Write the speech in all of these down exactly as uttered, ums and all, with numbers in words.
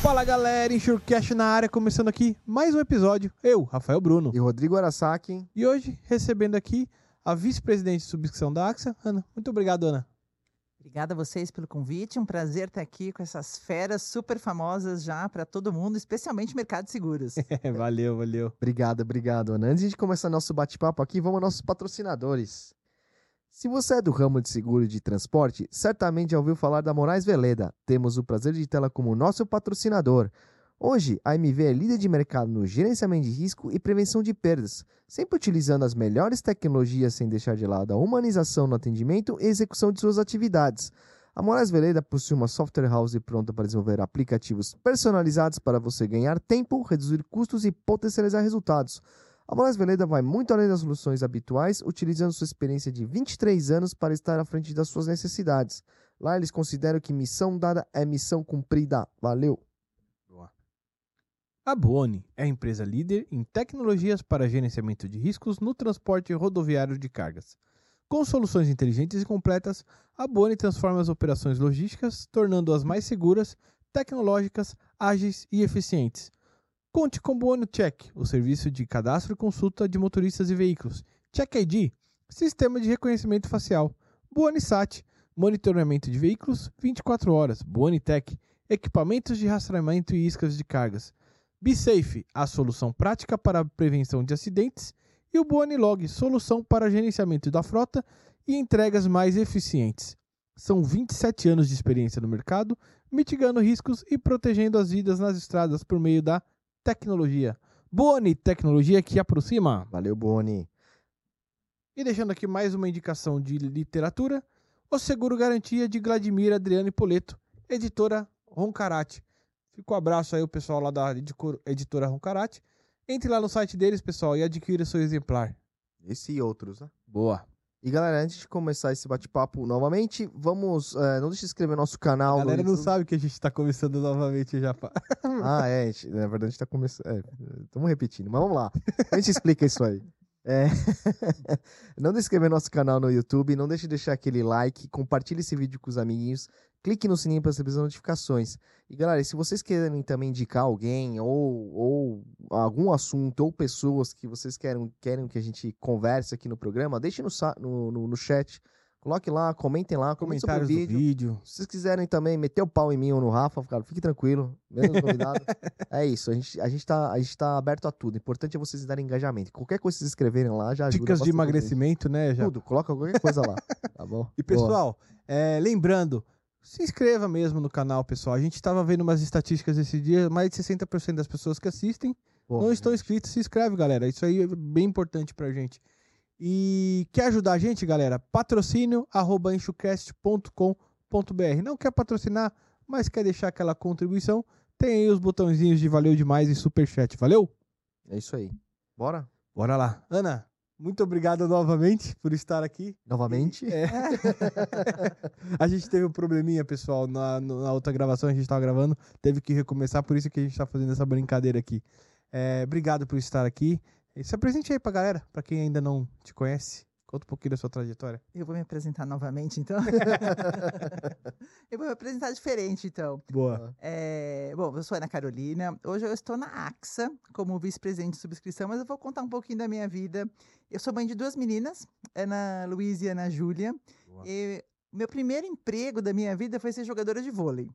Fala galera, InsureCast na área, começando aqui mais um episódio. Eu, Rafael Bruno. E Rodrigo Arasaki. E hoje, recebendo aqui a vice-presidente de subscrição da AXA, Ana. Muito obrigado, Ana. Obrigada a vocês pelo convite, um prazer estar aqui com essas feras super famosas já para todo mundo, especialmente mercado de seguros. valeu, valeu. Obrigado, obrigado, Ana. Antes de começar nosso bate-papo aqui, vamos aos nossos patrocinadores. Se você é do ramo de seguro e de transporte, certamente já ouviu falar da Moraes Veleda. Temos o prazer de tê-la como nosso patrocinador. Hoje, a M V é líder de mercado no gerenciamento de risco e prevenção de perdas, sempre utilizando as melhores tecnologias sem deixar de lado a humanização no atendimento e execução de suas atividades. A Moraes Veleda possui uma software house pronta para desenvolver aplicativos personalizados para você ganhar tempo, reduzir custos e potencializar resultados. A Moraes Veleda vai muito além das soluções habituais, utilizando sua experiência de vinte e três anos para estar à frente das suas necessidades. Lá eles consideram que missão dada é missão cumprida. Valeu! A Buoni é a empresa líder em tecnologias para gerenciamento de riscos no transporte rodoviário de cargas. Com soluções inteligentes e completas, a Buoni transforma as operações logísticas, tornando-as mais seguras, tecnológicas, ágeis e eficientes. Conte com o Buoni Check, o serviço de cadastro e consulta de motoristas e veículos. Check I D, sistema de reconhecimento facial. Buoni Sat, monitoramento de veículos vinte e quatro horas. Buoni Tech, equipamentos de rastreamento e iscas de cargas. BeSafe, a solução prática para a prevenção de acidentes, e o Buoni Log, solução para gerenciamento da frota e entregas mais eficientes. São vinte e sete anos de experiência no mercado, mitigando riscos e protegendo as vidas nas estradas por meio da tecnologia. Buoni, tecnologia que aproxima. Valeu, Buoni. E deixando aqui mais uma indicação de literatura, O Seguro Garantia de Vladimir Adriano Poleto, editora Roncarate. Fica um abraço aí o pessoal lá da editora Roncarate. Entre lá no site deles, pessoal, e adquira seu exemplar. Esse e outros, né? Boa. E galera, antes de começar esse bate-papo novamente, vamos... É, não deixe de se inscrever no nosso canal. A galera no não sabe que a gente tá começando novamente já. Ah, é. A gente, na verdade, a gente tá começando... É, estamos repetindo, mas vamos lá. A gente explica isso aí. É... não deixe de se inscrever no nosso canal no YouTube, não deixe de deixar aquele like, compartilhe esse vídeo com os amiguinhos, clique no sininho para receber as notificações. E galera, se vocês querem também indicar alguém, ou, ou algum assunto, ou pessoas que vocês querem, querem que a gente converse aqui no programa, deixem no, no, no, no chat, coloque lá, comentem lá, comentem sobre o Comentários do vídeo. vídeo. Se vocês quiserem também meter o pau em mim ou no Rafa, cara, fique tranquilo, menos convidado. É isso, a gente, a, gente tá, a gente tá aberto a tudo. O importante é vocês darem engajamento. Qualquer coisa que vocês escreverem lá já ajuda. Dicas de emagrecimento, né? Já. Tudo, coloca qualquer coisa lá, tá bom? E pessoal, é, lembrando, se inscreva mesmo no canal, pessoal. A gente estava vendo umas estatísticas esse dia, mais de sessenta por cento das pessoas que assistem Boa, não né? estão inscritos. Se inscreve, galera. Isso aí é bem importante pra gente. E quer ajudar a gente, galera? Patrocínio arroba enxucast ponto com ponto br. Não quer patrocinar, mas quer deixar aquela contribuição? Tem aí os botãozinhos de valeu demais e superchat. Valeu? É isso aí. Bora? Bora lá. Ana, muito obrigado novamente por estar aqui. Novamente? É. A gente teve um probleminha, pessoal, na, na outra gravação, a gente estava gravando, teve que recomeçar, por isso que a gente está fazendo essa brincadeira aqui. É, obrigado por estar aqui. E se apresente aí pra galera, pra quem ainda não te conhece. Conta um pouquinho da sua trajetória. Eu vou me apresentar novamente, então. Eu vou me apresentar diferente, então. Boa. É, bom, eu sou Ana Carolina. Hoje eu estou na AXA como vice-presidente de subscrição, mas eu vou contar um pouquinho da minha vida. Eu sou mãe de duas meninas, Ana Luísa e Ana Júlia. E meu primeiro emprego da minha vida foi ser jogadora de vôlei.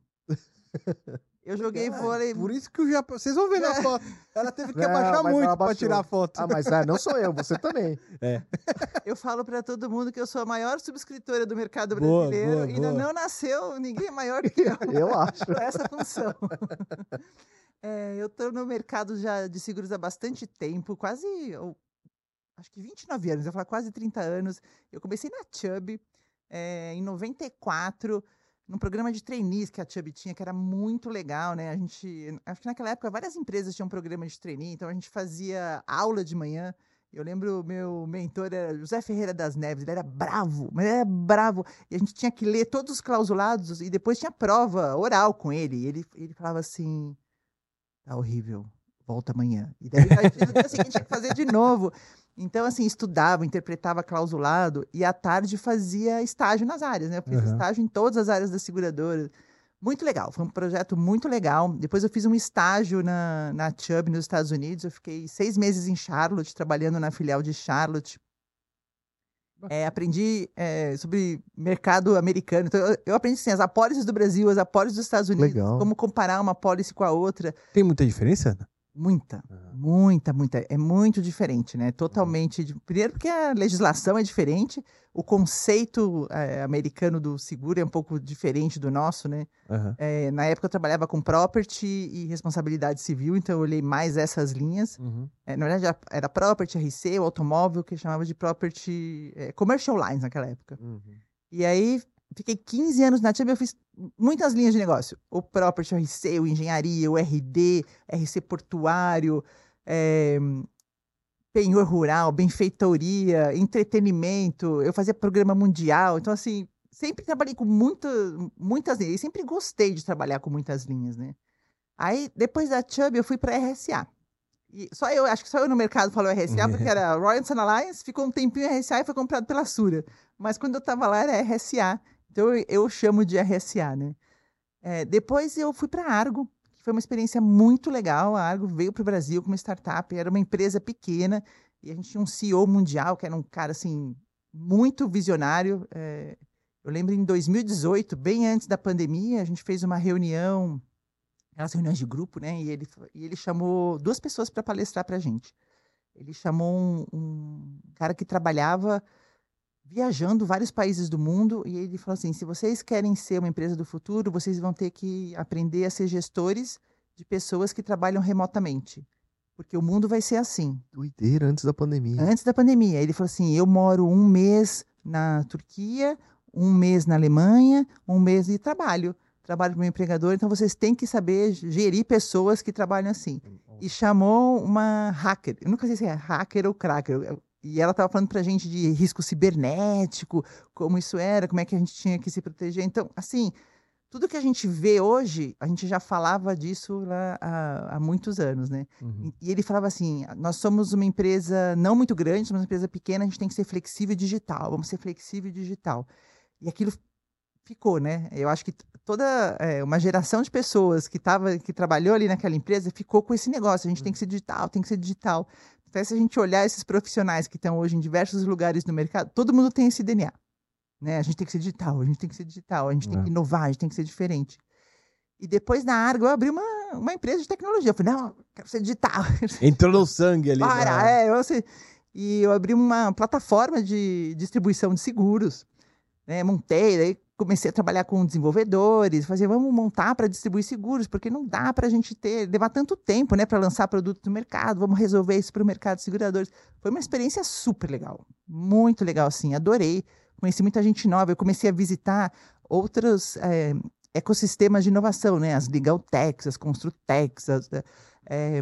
Eu joguei Ah, vôlei. Por isso que o Japão... Vocês vão ver na foto. Ela teve que Não, abaixar mas muito ela pra abaixou. tirar a foto. Ah, mas é, não sou eu, você também. É. Eu falo pra todo mundo que eu sou a maior subscritora do mercado Boa, brasileiro. boa, Ainda boa. não nasceu ninguém maior do que eu. Eu acho. Pra essa função. É, eu estou no mercado já de seguros há bastante tempo, quase, eu, acho que vinte e nove anos, eu falo quase trinta anos. Eu comecei na Chubb é, em noventa e quatro, num programa de trainees que a Chubb tinha, que era muito legal, né? A gente, acho que naquela época várias empresas tinham um programa de trainee, então a gente fazia aula de manhã. Eu lembro, meu mentor era José Ferreira das Neves, ele era bravo, mas ele era bravo. E a gente tinha que ler todos os clausulados e depois tinha prova oral com ele. E ele, ele falava assim, tá horrível, volta amanhã. E daí no dia seguinte tinha que fazer de novo. Então, assim, estudava, interpretava clausulado e à tarde fazia estágio nas áreas, né? Eu fiz Uhum. estágio em todas as áreas da seguradora. Muito legal, foi um projeto muito legal. Depois eu fiz um estágio na, na Chubb nos Estados Unidos. Eu fiquei seis meses em Charlotte, trabalhando na filial de Charlotte. É, aprendi é, sobre mercado americano. Então, eu, eu aprendi assim, as apólices do Brasil, as apólices dos Estados Unidos, Legal. como comparar uma apólice com a outra. Tem muita diferença? Muita, Uhum. muita, muita. É muito diferente, né? Totalmente. Uhum. Primeiro porque a legislação é diferente, o conceito é, americano do seguro é um pouco diferente do nosso, né? Uhum. É, na época eu trabalhava com property e responsabilidade civil, então eu olhei mais essas linhas. Uhum. É, na verdade era property, R C, o automóvel, que chamava de property, é, commercial lines naquela época. Uhum. E aí fiquei quinze anos na Chubb, eu fiz muitas linhas de negócio. O property, o R C, o engenharia, o R D, R C portuário, é, penhor rural, benfeitoria, entretenimento. Eu fazia programa mundial. Então, assim, sempre trabalhei com muita, muitas linhas. E sempre gostei de trabalhar com muitas linhas, né? Aí, depois da Chubb, eu fui para R S A. E só eu, acho que só eu no mercado falou R S A, porque era Royal Sun Alliance, ficou um tempinho R S A e foi comprado pela Sura. Mas quando eu tava lá era R S A. Então eu, eu chamo de R S A, né? É, depois eu fui para a Argo, que foi uma experiência muito legal. A Argo veio para o Brasil como startup, era uma empresa pequena, e a gente tinha um C E O mundial, que era um cara, assim, muito visionário. É, eu lembro em dois mil e dezoito, bem antes da pandemia, a gente fez uma reunião, aquelas reuniões de grupo, né? E ele, e ele chamou duas pessoas para palestrar para a gente. Ele chamou um, um cara que trabalhava viajando vários países do mundo, e ele falou assim, se vocês querem ser uma empresa do futuro, vocês vão ter que aprender a ser gestores de pessoas que trabalham remotamente, porque o mundo vai ser assim. Doideira, antes da pandemia. Antes da pandemia. Ele falou assim, eu moro um mês na Turquia, um mês na Alemanha, um mês de trabalho. Trabalho para o meu empregador, então vocês têm que saber gerir pessoas que trabalham assim. E chamou uma hacker, eu nunca sei se é hacker ou cracker, e ela estava falando para a gente de risco cibernético, como isso era, como é que a gente tinha que se proteger. Então, assim, tudo que a gente vê hoje, a gente já falava disso lá há, há muitos anos, né? Uhum. E, e ele falava assim, nós somos uma empresa não muito grande, somos uma empresa pequena, a gente tem que ser flexível e digital, vamos ser flexível e digital. E aquilo ficou, né? Eu acho que toda é, uma geração de pessoas que, tava, que trabalhou ali naquela empresa ficou com esse negócio, a gente uhum. tem que ser digital, tem que ser digital. Até se a gente olhar esses profissionais que estão hoje em diversos lugares no mercado, todo mundo tem esse D N A. Né? A gente tem que ser digital, a gente tem que ser digital, a gente é. tem que inovar, a gente tem que ser diferente. E depois na Argo eu abri uma, uma empresa de tecnologia. Eu falei, não, eu quero ser digital. Entrou no sangue ali. Para, né? é. Eu, assim, e eu abri uma plataforma de distribuição de seguros. Né? Montei, daí comecei a trabalhar com desenvolvedores, fazer, vamos montar para distribuir seguros, porque não dá para a gente ter, levar tanto tempo, né, para lançar produto no mercado, vamos resolver isso para o mercado de seguradores. Foi uma experiência super legal, muito legal, assim, adorei, conheci muita gente nova, eu comecei a visitar outros é, ecossistemas de inovação, né, as Legal Techs, as Construtechs, as, é,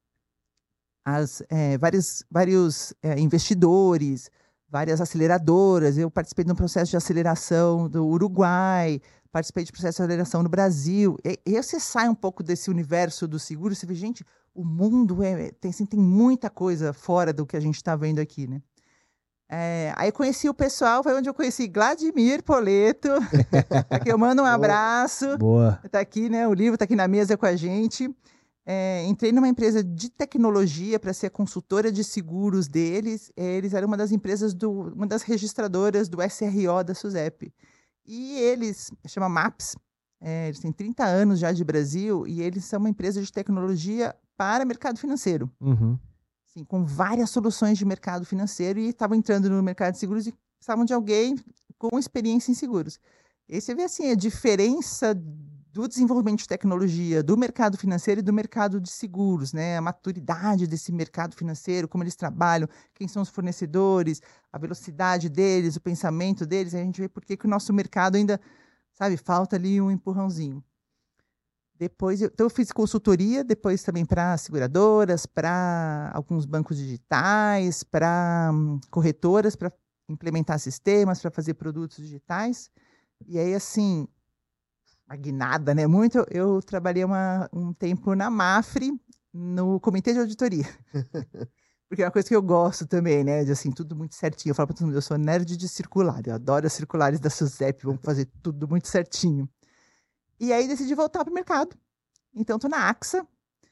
as é, vários, vários é, investidores, várias aceleradoras. Eu participei de um processo de aceleração do Uruguai, participei de processo de aceleração no Brasil. E, e aí você sai um pouco desse universo do seguro, você vê, gente, o mundo é, tem, assim, tem muita coisa fora do que a gente está vendo aqui, né? É, aí conheci o pessoal, foi onde eu conheci Vladimir Poleto, aqui eu mando um abraço. Boa. Tá aqui, né? O livro tá aqui na mesa com a gente. É, entrei numa empresa de tecnologia para ser a consultora de seguros deles. Eles eram uma das empresas, do, uma das registradoras do S R O da SUSEP. E eles, chama MAPS, é, eles têm trinta anos já de Brasil, e eles são uma empresa de tecnologia para mercado financeiro. Uhum. Assim, com várias soluções de mercado financeiro, e estavam entrando no mercado de seguros e precisavam de alguém com experiência em seguros. E você vê assim, a diferença do desenvolvimento de tecnologia, do mercado financeiro e do mercado de seguros, né? A maturidade desse mercado financeiro, como eles trabalham, quem são os fornecedores, a velocidade deles, o pensamento deles, a gente vê por que que o nosso mercado ainda, sabe, falta ali um empurrãozinho. Depois, eu, então eu fiz consultoria, depois também para seguradoras, para alguns bancos digitais, para hum, corretoras, para implementar sistemas, para fazer produtos digitais. E aí, assim, magnada, né? Muito, eu, eu trabalhei uma, um tempo na Mafre, no comitê de auditoria. Porque é uma coisa que eu gosto também, né? De, assim, tudo muito certinho. Eu falo para todo mundo, eu sou nerd de circular, eu adoro as circulares da SUSEP, vamos fazer tudo muito certinho. E aí decidi voltar pro mercado. Então tô na AXA,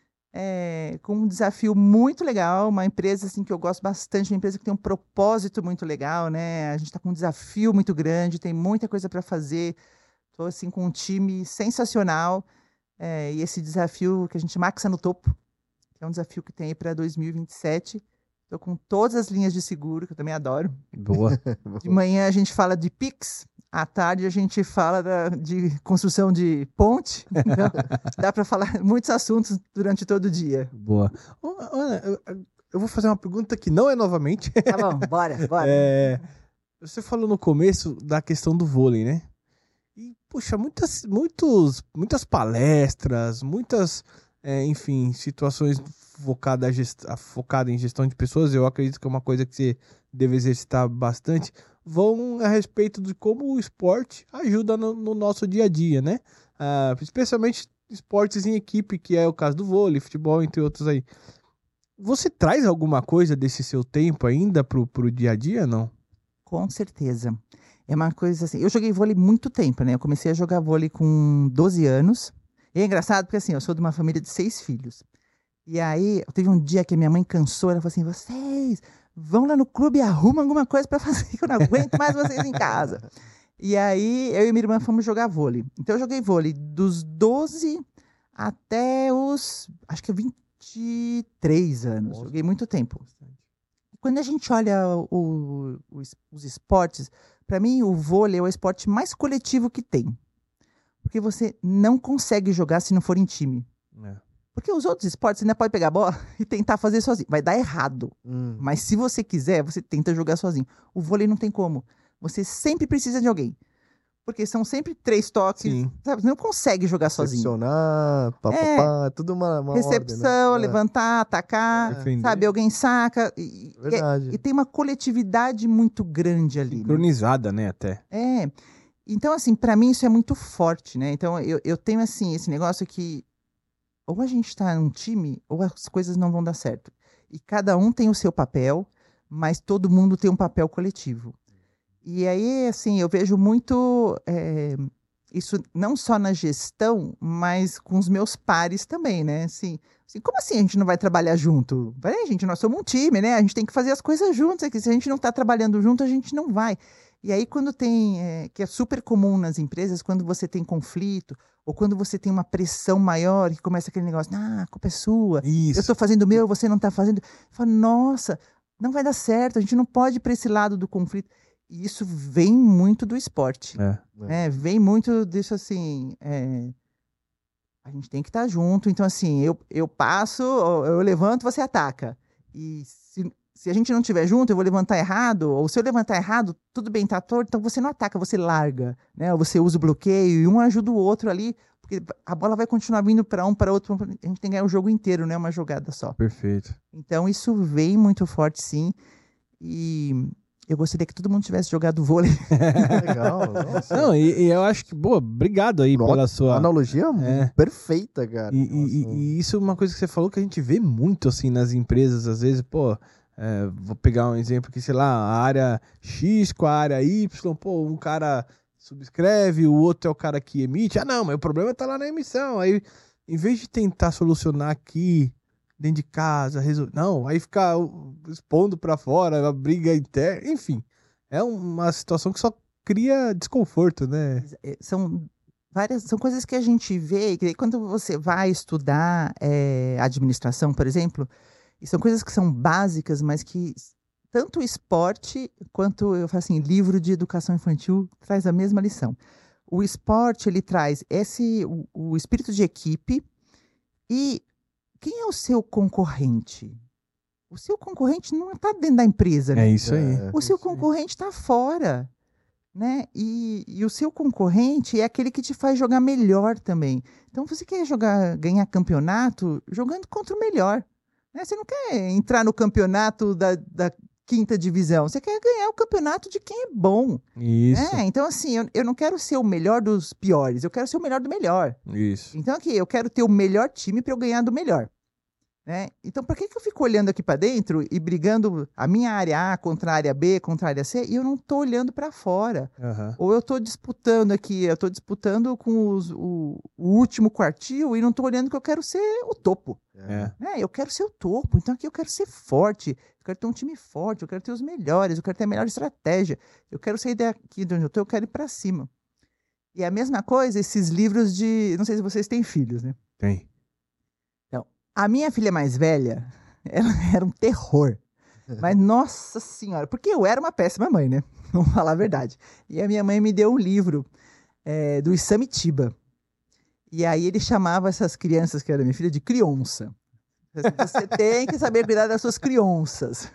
é, com um desafio muito legal, uma empresa assim que eu gosto bastante, uma empresa que tem um propósito muito legal, né? A gente está com um desafio muito grande, tem muita coisa para fazer. Estou assim com um time sensacional, é, e esse desafio que a gente chama AXA no Topo, que é um desafio que tem aí para dois mil e vinte e sete. Estou com todas as linhas de seguro, que eu também adoro. Boa. De manhã a gente fala de Pix, à tarde a gente fala da- de construção de ponte. Então, dá para falar muitos assuntos durante todo o dia. Boa. Ô, Ana, eu, eu vou fazer uma pergunta que não é novamente. Tá bom, bora, bora. É, você falou no começo da questão do vôlei, né? E, puxa, muitas, muitos, muitas palestras, muitas, é, enfim, situações focadas gest... focada em gestão de pessoas, eu acredito que é uma coisa que você deve exercitar bastante, vão a respeito de como o esporte ajuda no, no nosso dia a dia, né? Ah, especialmente esportes em equipe, que é o caso do vôlei, futebol, entre outros aí. Você traz alguma coisa desse seu tempo ainda pro, pro dia a dia, não? Com certeza. É uma coisa assim. Eu joguei vôlei muito tempo, né? Eu comecei a jogar vôlei com doze anos. E é engraçado porque assim, eu sou de uma família de seis filhos. E aí, teve um dia que minha mãe cansou, ela falou assim: vocês vão lá no clube e arrumam alguma coisa pra fazer, que eu não aguento mais vocês em casa. E aí, eu e minha irmã fomos jogar vôlei. Então, eu joguei vôlei dos doze até os, acho que vinte e três anos. Nossa. Joguei muito tempo. Quando a gente olha o- o- os, os esportes, para mim o vôlei é o esporte mais coletivo que tem. Porque você não consegue jogar se não for em time. É. Porque os outros esportes você ainda pode pegar a bola e tentar fazer sozinho. Vai dar errado. Hum. Mas se você quiser, você tenta jogar sozinho. O vôlei não tem como. Você sempre precisa de alguém. Porque são sempre três toques. Sim. Sabe? Você não consegue jogar sozinho. Recepcionar, papapá, é tudo uma, uma Recepção, ordem, né? levantar, atacar, Defender. sabe? Alguém saca. E, e- Verdade. e tem uma coletividade muito grande ali. Né? Sincronizada, né, até. É. Então, assim, pra mim isso é muito forte, né? Então, eu, eu tenho, assim, esse negócio que ou a gente tá num time ou as coisas não vão dar certo. E cada um tem o seu papel, mas todo mundo tem um papel coletivo. E aí, assim, eu vejo muito é, isso não só na gestão, mas com os meus pares também, né? Assim, assim, como assim a gente não vai trabalhar junto? Peraí, gente, nós somos um time, né? A gente tem que fazer as coisas juntos aqui. Se a gente não tá trabalhando junto, a gente não vai. E aí, quando tem, é, que é super comum nas empresas, quando você tem conflito, ou quando você tem uma pressão maior, que começa aquele negócio, ah, a culpa é sua, eu Isso. estou fazendo o meu, você não está fazendo. Fala, nossa, não vai dar certo, a gente não pode ir para esse lado do conflito. E isso vem muito do esporte. É. Né? Vem muito disso assim. é, A gente tem que estar junto. Então, assim, eu, eu passo, eu levanto, você ataca. E se, se a gente não estiver junto, eu vou levantar errado. Ou se eu levantar errado, tudo bem, tá torto, então você não ataca, você larga. Né? Ou você usa o bloqueio e um ajuda o outro ali. Porque a bola vai continuar vindo para um, para outro. A gente tem que ganhar o jogo inteiro, não é uma jogada só. Perfeito. Então, isso vem muito forte, sim. E eu gostaria que todo mundo tivesse jogado vôlei. Legal. Nossa. Não, e, e eu acho que, boa, obrigado aí Nossa, pela sua... Analogia É. perfeita, cara. E, e- Nossa. e isso é uma coisa que você falou que a gente vê muito, assim, nas empresas, às vezes, pô, é, vou pegar um exemplo aqui, sei lá, a área X com a área Y, pô, um cara subscreve, o outro é o cara que emite, ah, não, mas o problema tá lá na emissão, aí, em vez de tentar solucionar aqui, dentro de casa, resolver, não, aí ficar uh, expondo pra fora, a briga interna, enfim, é uma situação que só cria desconforto, né? É, São várias, são coisas que a gente vê, que quando você vai estudar é, administração, por exemplo, e são coisas que são básicas, mas que tanto o esporte quanto, eu falo assim, livro de educação infantil traz a mesma lição. O esporte, ele traz esse, o, o espírito de equipe e quem é o seu concorrente? O seu concorrente não está dentro da empresa, né? É isso aí. É. O seu isso aí. concorrente está fora, né? E, e o seu concorrente é aquele que te faz jogar melhor também. Então, você quer jogar, ganhar campeonato jogando contra o melhor. Né? Você não quer entrar no campeonato da, da quinta divisão. Você quer ganhar o campeonato de quem é bom. Isso, Né? Então, assim, eu, eu não quero ser o melhor dos piores. Eu quero ser o melhor do melhor. isso. Então, aqui, eu quero ter o melhor time para eu ganhar do melhor. Né? Então, por que, que eu fico olhando aqui para dentro e brigando a minha área A contra a área B, contra a área C, e eu não estou olhando para fora? Aham. Ou eu estou disputando aqui, eu estou disputando com os- o, o último quartil e não estou olhando que eu quero ser o topo. É. Né? Eu quero ser o topo, então aqui eu quero ser forte, eu quero ter um time forte, eu quero ter os melhores, eu quero ter a melhor estratégia, eu quero sair daqui de onde eu estou, eu quero ir para cima. E a mesma coisa, esses livros de... Não sei se vocês têm filhos, né? Tem. A minha filha mais velha, ela era um terror. Mas, nossa senhora, porque eu era uma péssima mãe, né? Vamos falar a verdade. E a minha mãe me deu um livro é, do Isamitiba. E aí ele chamava essas crianças, que era minha filha, de criança. Você tem que saber cuidar das suas crianças.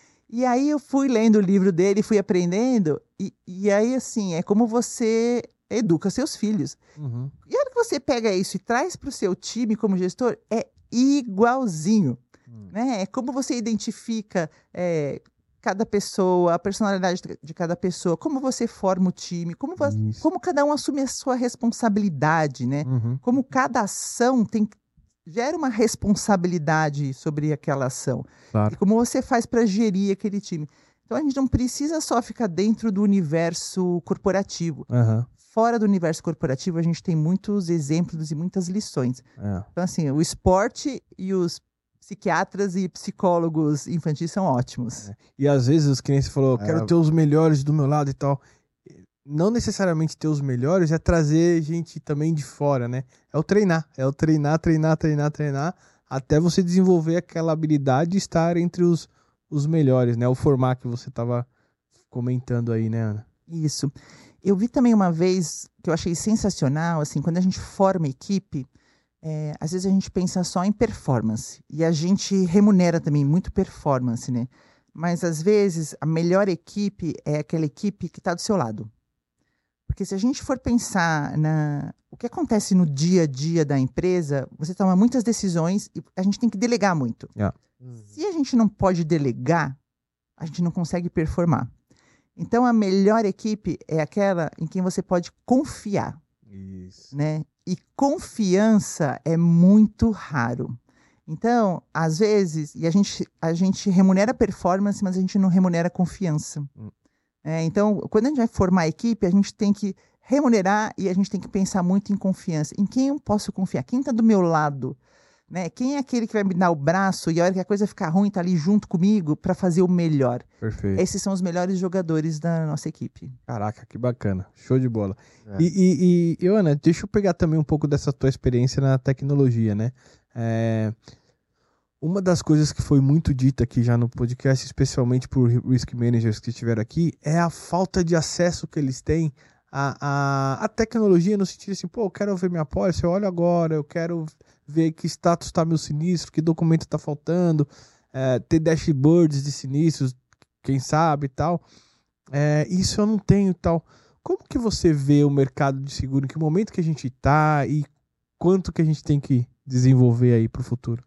E aí eu fui lendo o livro dele, fui aprendendo. E, e aí, assim, é como você educa seus filhos. Uhum. E a hora que você pega isso e traz para o seu time como gestor, é igualzinho. Hum. Né? É como você identifica é, cada pessoa, a personalidade de cada pessoa, como você forma o time, como, vo- Isso. como cada um assume a sua responsabilidade, né? Uhum. Como cada ação tem, gera uma responsabilidade sobre aquela ação. Claro. E como você faz para gerir aquele time. Então a gente não precisa só ficar dentro do universo corporativo. Aham. Fora do universo corporativo, a gente tem muitos exemplos e muitas lições. É. Então, assim, o esporte e os psiquiatras e psicólogos infantis são ótimos. E às vezes os clientes falam, eu É. quero ter os melhores do meu lado e tal. Não necessariamente ter os melhores é trazer gente também de fora, né? É o treinar. É o treinar, treinar, treinar, treinar, até você desenvolver aquela habilidade de estar entre os, os melhores, né? O formar que você estava comentando aí, né, Ana? Isso. Eu vi também uma vez que eu achei sensacional, assim, quando a gente forma equipe, é, às vezes a gente pensa só em performance. E a gente remunera também muito performance, né? Mas às vezes a melhor equipe é aquela equipe que está do seu lado. Porque se a gente for pensar na o que acontece no dia a dia da empresa, você toma muitas decisões e a gente tem que delegar muito. Se a gente não pode delegar, a gente não consegue performar. Então, a melhor equipe é aquela em quem você pode confiar, Isso. né? E confiança é muito raro. Então, às vezes, e a gente, a gente remunera performance, mas a gente não remunera confiança. Hum. É, então, quando a gente vai formar a equipe, a gente tem que remunerar e a gente tem que pensar muito em confiança. Em quem eu posso confiar? Quem está do meu lado? Né? Quem é aquele que vai me dar o braço e a hora que a coisa ficar ruim está ali junto comigo para fazer o melhor? Perfeito. Esses são os melhores jogadores da nossa equipe. Caraca, que bacana. Show de bola. É. E, e, e, e, Ana, deixa eu pegar também um pouco dessa tua experiência na tecnologia, né? É, uma das coisas que foi muito dita aqui já no podcast, especialmente por risk managers que estiveram aqui, é a falta de acesso que eles têm à, à, à tecnologia, no sentido assim, pô, eu quero ver minha pólice, eu olho agora, eu quero ver que status está meu sinistro, que documento está faltando, é, ter dashboards de sinistros, quem sabe e tal. É, isso eu não tenho e tal. Como que você vê o mercado de seguro? Em que momento que a gente está e quanto que a gente tem que desenvolver aí para o futuro?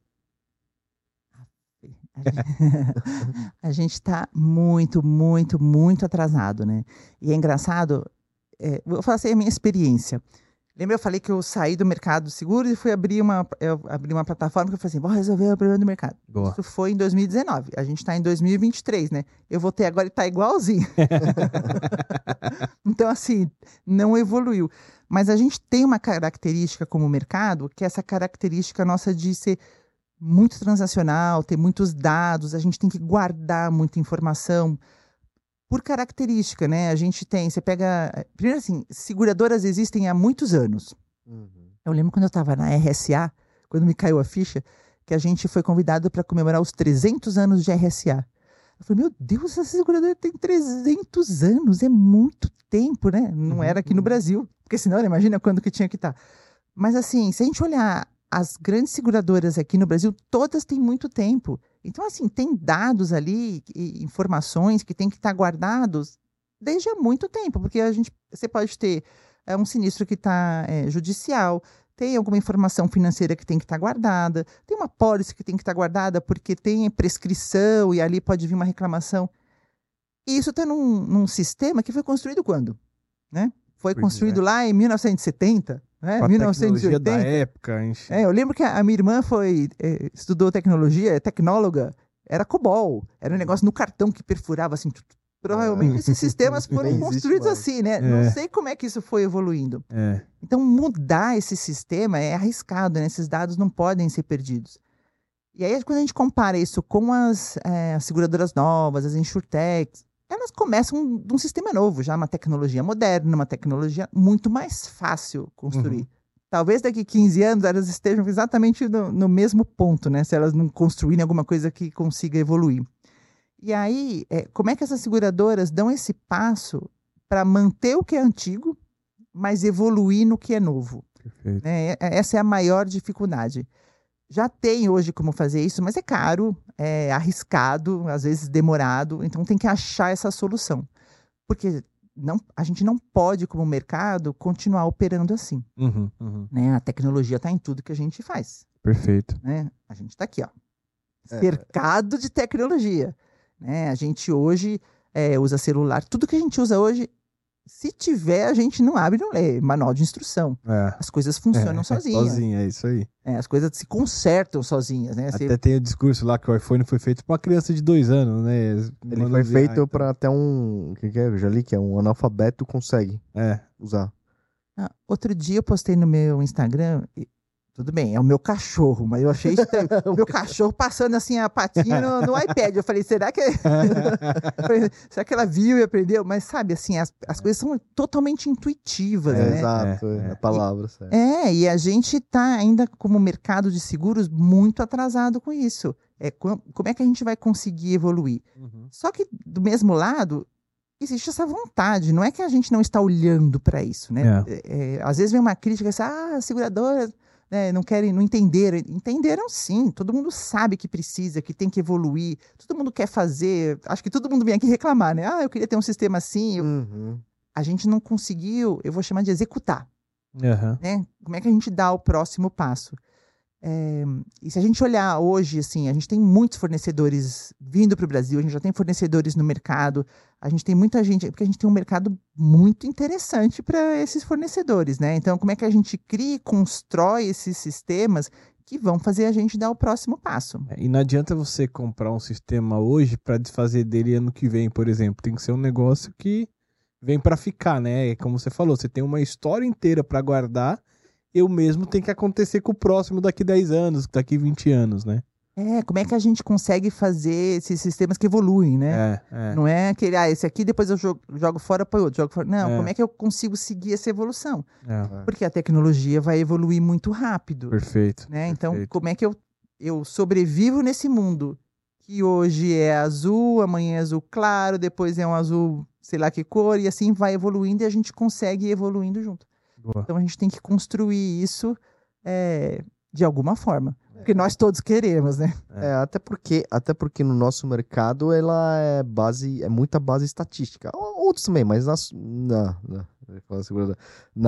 A gente está muito, muito, muito atrasado, né? E é engraçado, é, vou falar assim a minha experiência. Lembra eu falei que eu saí do mercado seguro e fui abrir uma, eu abri uma plataforma que eu falei assim, vou resolver o problema do mercado. Boa. Isso foi em dois mil e dezenove. A gente está em dois mil e vinte e três, né? Eu voltei agora e está igualzinho. Então, assim, não evoluiu. Mas a gente tem uma característica como mercado, que é essa característica nossa de ser muito transacional, ter muitos dados, a gente tem que guardar muita informação por característica, né? A gente tem, você pega... Primeiro assim, seguradoras existem há muitos anos. Uhum. Eu lembro quando eu estava na R S A, quando me caiu a ficha, que a gente foi convidado para comemorar os trezentos anos de R S A. Eu falei, meu Deus, essa seguradora tem trezentos anos, é muito tempo, né? Não Uhum, era aqui no uhum. Brasil, porque senão, imagina quando que tinha que estar. Mas assim, se a gente olhar as grandes seguradoras aqui no Brasil, todas têm muito tempo. Então, assim, tem dados ali, e informações que tem que estar guardados desde há muito tempo, porque a gente, você pode ter é, um sinistro que está é, judicial, tem alguma informação financeira que tem que estar guardada, tem uma pólice que tem que estar guardada porque tem prescrição e ali pode vir uma reclamação. E isso está num, num sistema que foi construído quando? Né? Foi Pois construído é. lá em mil novecentos e setenta, né? Com a mil novecentos e tecnologia da oitenta. época. enche- É, eu lembro que a, a minha irmã foi, eh, estudou tecnologia, é tecnóloga, era COBOL, era um negócio no cartão que perfurava assim. tu- tu- Provavelmente esses sistemas foram Nem existe construídos mais. assim, né? É. Não sei como é que isso foi evoluindo. É. Então, mudar esse sistema é arriscado, né? Esses dados não podem ser perdidos. E aí, quando a gente compara isso com as, eh, as seguradoras novas, as insurtechs, elas começam de um sistema novo, já uma tecnologia moderna, uma tecnologia muito mais fácil construir. Uhum. Talvez daqui a quinze anos elas estejam exatamente no, no mesmo ponto, né? Se elas não construírem alguma coisa que consiga evoluir. E aí, eh, como é que essas seguradoras dão esse passo para manter o que é antigo, mas evoluir no que é novo? Perfeito. Né? E- Essa é a maior dificuldade. Já tem hoje como fazer isso, mas é caro, é arriscado, às vezes demorado, então tem que achar essa solução. Porque não, a gente não pode, como mercado, continuar operando assim. Uhum, uhum. Né? A tecnologia está em tudo que a gente faz. Perfeito. Né? A gente está aqui, ó, É. cercado de tecnologia. Né? A gente hoje é, usa celular, tudo que a gente usa hoje, se tiver, a gente não abre e não lê. Manual de instrução. É. As coisas funcionam É, sozinhas. Sozinha, é isso aí. É, as coisas se consertam sozinhas, né? Você- Até tem o discurso lá que o iPhone foi feito pra uma criança de dois anos, né? Ele Manda foi ver, feito ah, então- pra até um. O que, que é? Eu já li que é um analfabeto consegue É. usar. Ah, outro dia eu postei no meu Instagram, e- tudo bem, é o meu cachorro, mas eu achei estranho. O meu cachorro passando assim a patinha no, no iPad. Eu falei, será que, eu falei, será que ela viu e aprendeu? Mas sabe, assim, as, as coisas são totalmente intuitivas, É, né? exato, É, é, é. a palavra, certo. É, e a gente tá ainda como mercado de seguros muito atrasado com isso. É, com- como é que a gente vai conseguir evoluir? Uhum. Só que do mesmo lado, existe essa vontade, não é que a gente não está olhando para isso, né? É, é, às vezes vem uma crítica assim, ah, as seguradoras né, não querem, não entenderam. Entenderam sim, todo mundo sabe que precisa, que tem que evoluir, todo mundo quer fazer, acho que todo mundo vem aqui reclamar, né? Ah, eu queria ter um sistema assim, eu- Uhum. a gente não conseguiu, eu vou chamar de executar, Aham. né? Como é que a gente dá o próximo passo? É, e se a gente olhar hoje, assim, a gente tem muitos fornecedores vindo para o Brasil, a gente já tem fornecedores no mercado, a gente tem muita gente, porque a gente tem um mercado muito interessante para esses fornecedores, né? Então, como é que a gente cria e constrói esses sistemas que vão fazer a gente dar o próximo passo? É, E não adianta você comprar um sistema hoje pra desfazer dele ano que vem, por exemplo. Tem que ser um negócio que vem pra ficar, né? É como você falou, você tem uma história inteira pra guardar. Eu mesmo tem que acontecer com o próximo daqui dez anos, daqui vinte anos, né? É, como é que a gente consegue fazer esses sistemas que evoluem, né? É, é. Não é aquele, ah, esse aqui depois eu jogo, jogo fora para outro, jogo fora. Não, É. como é que eu consigo seguir essa evolução? é. Porque a tecnologia vai evoluir muito rápido, Perfeito. né? Então, perfeito. como é que eu, eu sobrevivo nesse mundo que hoje é azul, amanhã é azul claro, depois é um azul, sei lá que cor, e assim vai evoluindo e a gente consegue ir evoluindo junto. Boa. Então, a gente tem que construir isso é, de alguma forma. Porque nós todos queremos, né? É, até porque, até porque no nosso mercado ela é base, é muita base estatística. O- Outros também, mas nas, na, na, eu ia falar seguradora.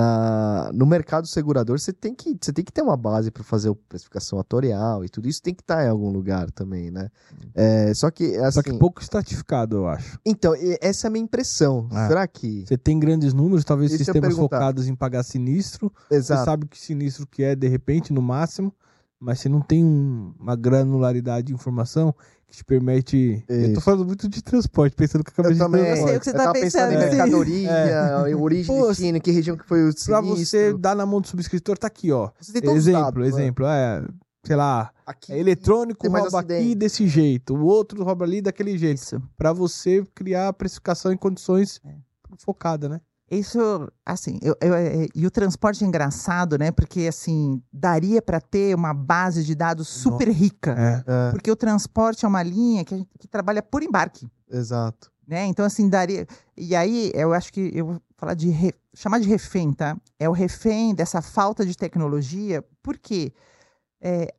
Na- no mercado segurador você tem que, você tem que ter uma base para fazer a precificação atorial e tudo isso tem que estar em algum lugar também, né? É, só que assim, Só que pouco estratificado, eu acho. então e- essa é a minha impressão. Ah. Será que Você tem grandes números, talvez Isso eu ia sistemas perguntar. focados em pagar sinistro. Você exato? sabe que sinistro que é, de repente, no máximo, mas você não tem um- uma granularidade de informação que te permite... Eu tô Isso. falando muito de transporte, pensando que a Eu cabeça de também. Eu sei o transporte. que você eu tá tava pensando em pensando, sim. mercadoria, origem, Pô, destino, que região que foi o Pra sinistro. você dar na mão do subscritor, tá aqui, ó. Você tem todos os Exemplo, dados, né? exemplo. É, sei lá, Aqui, é eletrônico tem mais rouba aqui acidente. desse jeito, o outro rouba ali daquele jeito. Isso. Pra você criar a precificação em condições É. focada, né? Isso, assim, eu, eu- é- e o transporte é engraçado, né? Porque, assim, daria para ter uma base de dados super rica. É. É, Porque o transporte é uma linha que, a gente- que trabalha por embarque, exato. né? Então, assim, daria... E aí, eu acho que eu vou falar de... re- chamar de refém, tá? É o refém dessa falta de tecnologia, porque é,